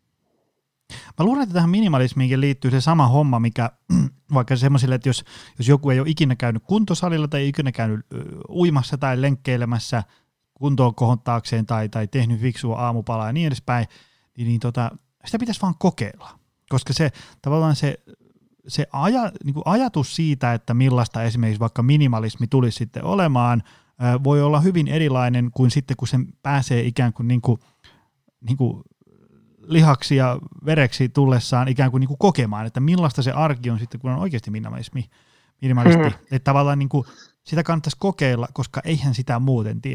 Speaker 2: mä luulen, että tähän minimalismiinkin liittyy se sama homma, mikä vaikka semmoisille, että jos, jos joku ei ole ikinä käynyt kuntosalilla tai ikinä käynyt uimassa tai lenkkeilemässä kuntoon kohottaakseen tai, tai tehnyt fiksua aamupalaa ja niin edespäin, niin, niin tota, sitä pitäisi vaan kokeilla. Koska se tavallaan se, se aja, niin kuin ajatus siitä, että millaista esimerkiksi vaikka minimalismi tulisi sitten olemaan, voi olla hyvin erilainen kuin sitten, kun sen pääsee ikään kuin, niin kuin, niin kuin lihaksi ja vereksi tullessaan ikään kuin, niin kuin kokemaan, että millaista se arki on sitten, kun on oikeasti minimalismi, minimalisti. Mm-hmm. Että tavallaan niin kuin, sitä kannattaisi kokeilla, koska eihän sitä muuten tiedä.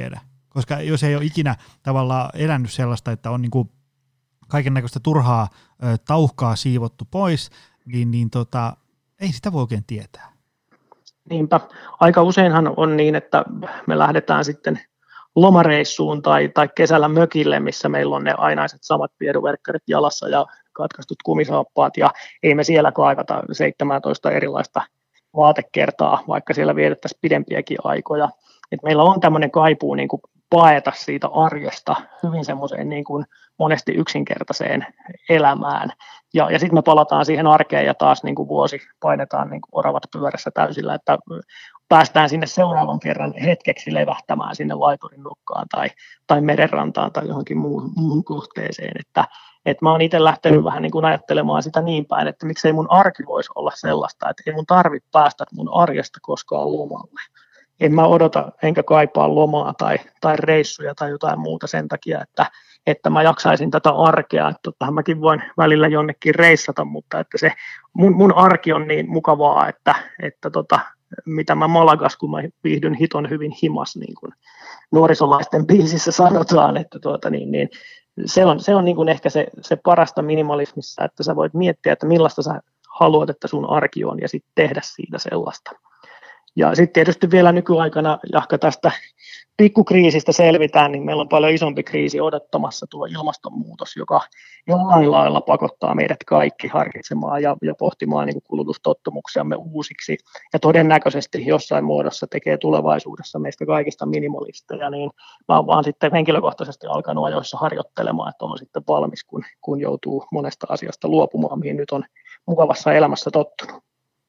Speaker 2: koska jos ei ole ikinä tavallaan elänyt sellaista, että on niin kuin kaiken näköistä turhaa ö, tauhkaa siivottu pois, niin, niin tota, ei sitä voi oikein tietää.
Speaker 3: Niinpä. Aika useinhan on niin, että me lähdetään sitten lomareissuun tai, tai kesällä mökille, missä meillä on ne ainaiset samat pieduverkkarit jalassa ja katkaistut kumisaappaat, ja ei me siellä kaivata seitsemäntoista erilaista vaatekertaa, vaikka siellä vietettäisiin pidempiäkin aikoja. Et meillä on tämmöinen kaipuu niin kuin paeta siitä arjesta hyvin semmoiseen niin kuin monesti yksinkertaiseen elämään. Ja, ja sitten me palataan siihen arkeen ja taas niin kuin vuosi painetaan niin kuin oravat pyörässä täysillä, että päästään sinne seuraavan kerran hetkeksi levähtämään sinne laiturin nokkaan tai, tai merenrantaan tai johonkin muuhun, muuhun kohteeseen. Että, että mä oon itse lähtenyt vähän niin kuin ajattelemaan sitä niin päin, että miksei mun arki voisi olla sellaista, että ei mun tarvitse päästä mun arjesta koskaan lomalle. En mä odota enkä kaipaa lomaa tai, tai reissuja tai jotain muuta sen takia, että, että mä jaksaisin tätä arkea. Että tottahan mäkin voin välillä jonnekin reissata, mutta että se mun, mun arki on niin mukavaa, että, että tota, mitä mä Malagas, kun mä viihdyn hiton hyvin himas, niin kuin nuorisolaisten biisissä sanotaan, että tuota, niin, niin, se on, se on niin kuin ehkä se, se parasta minimalismissa, että sä voit miettiä, että millaista sä haluat, että sun arki on, ja sitten tehdä siitä sellaista. Ja sitten tietysti vielä nykyaikana, jahka tästä pikkukriisistä selvitään, niin meillä on paljon isompi kriisi odottamassa, tuo ilmastonmuutos, joka jollain lailla pakottaa meidät kaikki harkitsemaan ja, ja pohtimaan niin kuin kulutustottumuksiamme uusiksi. Ja todennäköisesti jossain muodossa tekee tulevaisuudessa meistä kaikista minimalisteja, niin mä oon vaan sitten henkilökohtaisesti alkanut ajoissa harjoittelemaan, että on sitten valmis, kun, kun joutuu monesta asiasta luopumaan, mihin nyt on mukavassa elämässä tottunut.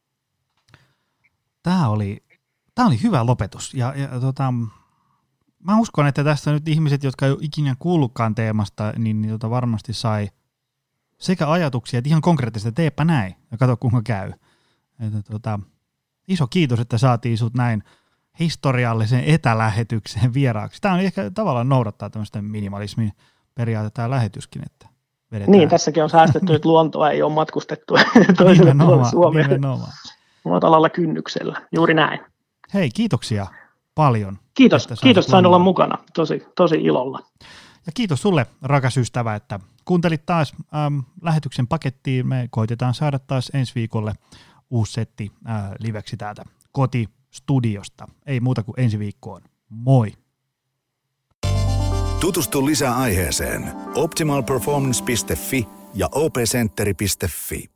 Speaker 2: Tämä oli, tämä oli hyvä lopetus, ja, ja tota, mä uskon, että tästä nyt ihmiset, jotka ei ole ikinä kuullutkaan teemasta, niin, niin tota varmasti sai sekä ajatuksia, että ihan konkreettisesti, teepä näin, ja katso kuinka käy. Että tota, iso kiitos, että saatiin sut näin historiallisen etälähetykseen vieraaksi. Tämä on ehkä tavallaan noudattaa tämmöistä minimalismin periaatetta tämä lähetyskin, että vedetään.
Speaker 3: Niin, tässäkin on säästetty, että luontoa ei ole matkustettu toiselle puolelle Suomeen.
Speaker 2: Nimenomaan.
Speaker 3: Matalalla kynnyksellä, juuri näin.
Speaker 2: Hei, kiitoksia paljon.
Speaker 3: Kiitos, kiitos sain olla mukana, tosi, tosi ilolla.
Speaker 2: Ja kiitos sulle, rakas ystävä, että kuuntelit taas äm, lähetyksen pakettiin. Me koitetaan saada taas ensi viikolle uusi setti äh, liveksi täältä kotistudiosta. Ei muuta kuin ensi viikkoon. Moi!
Speaker 1: Tutustu lisää aiheeseen optimal performance piste fi ja o p centeri piste fi.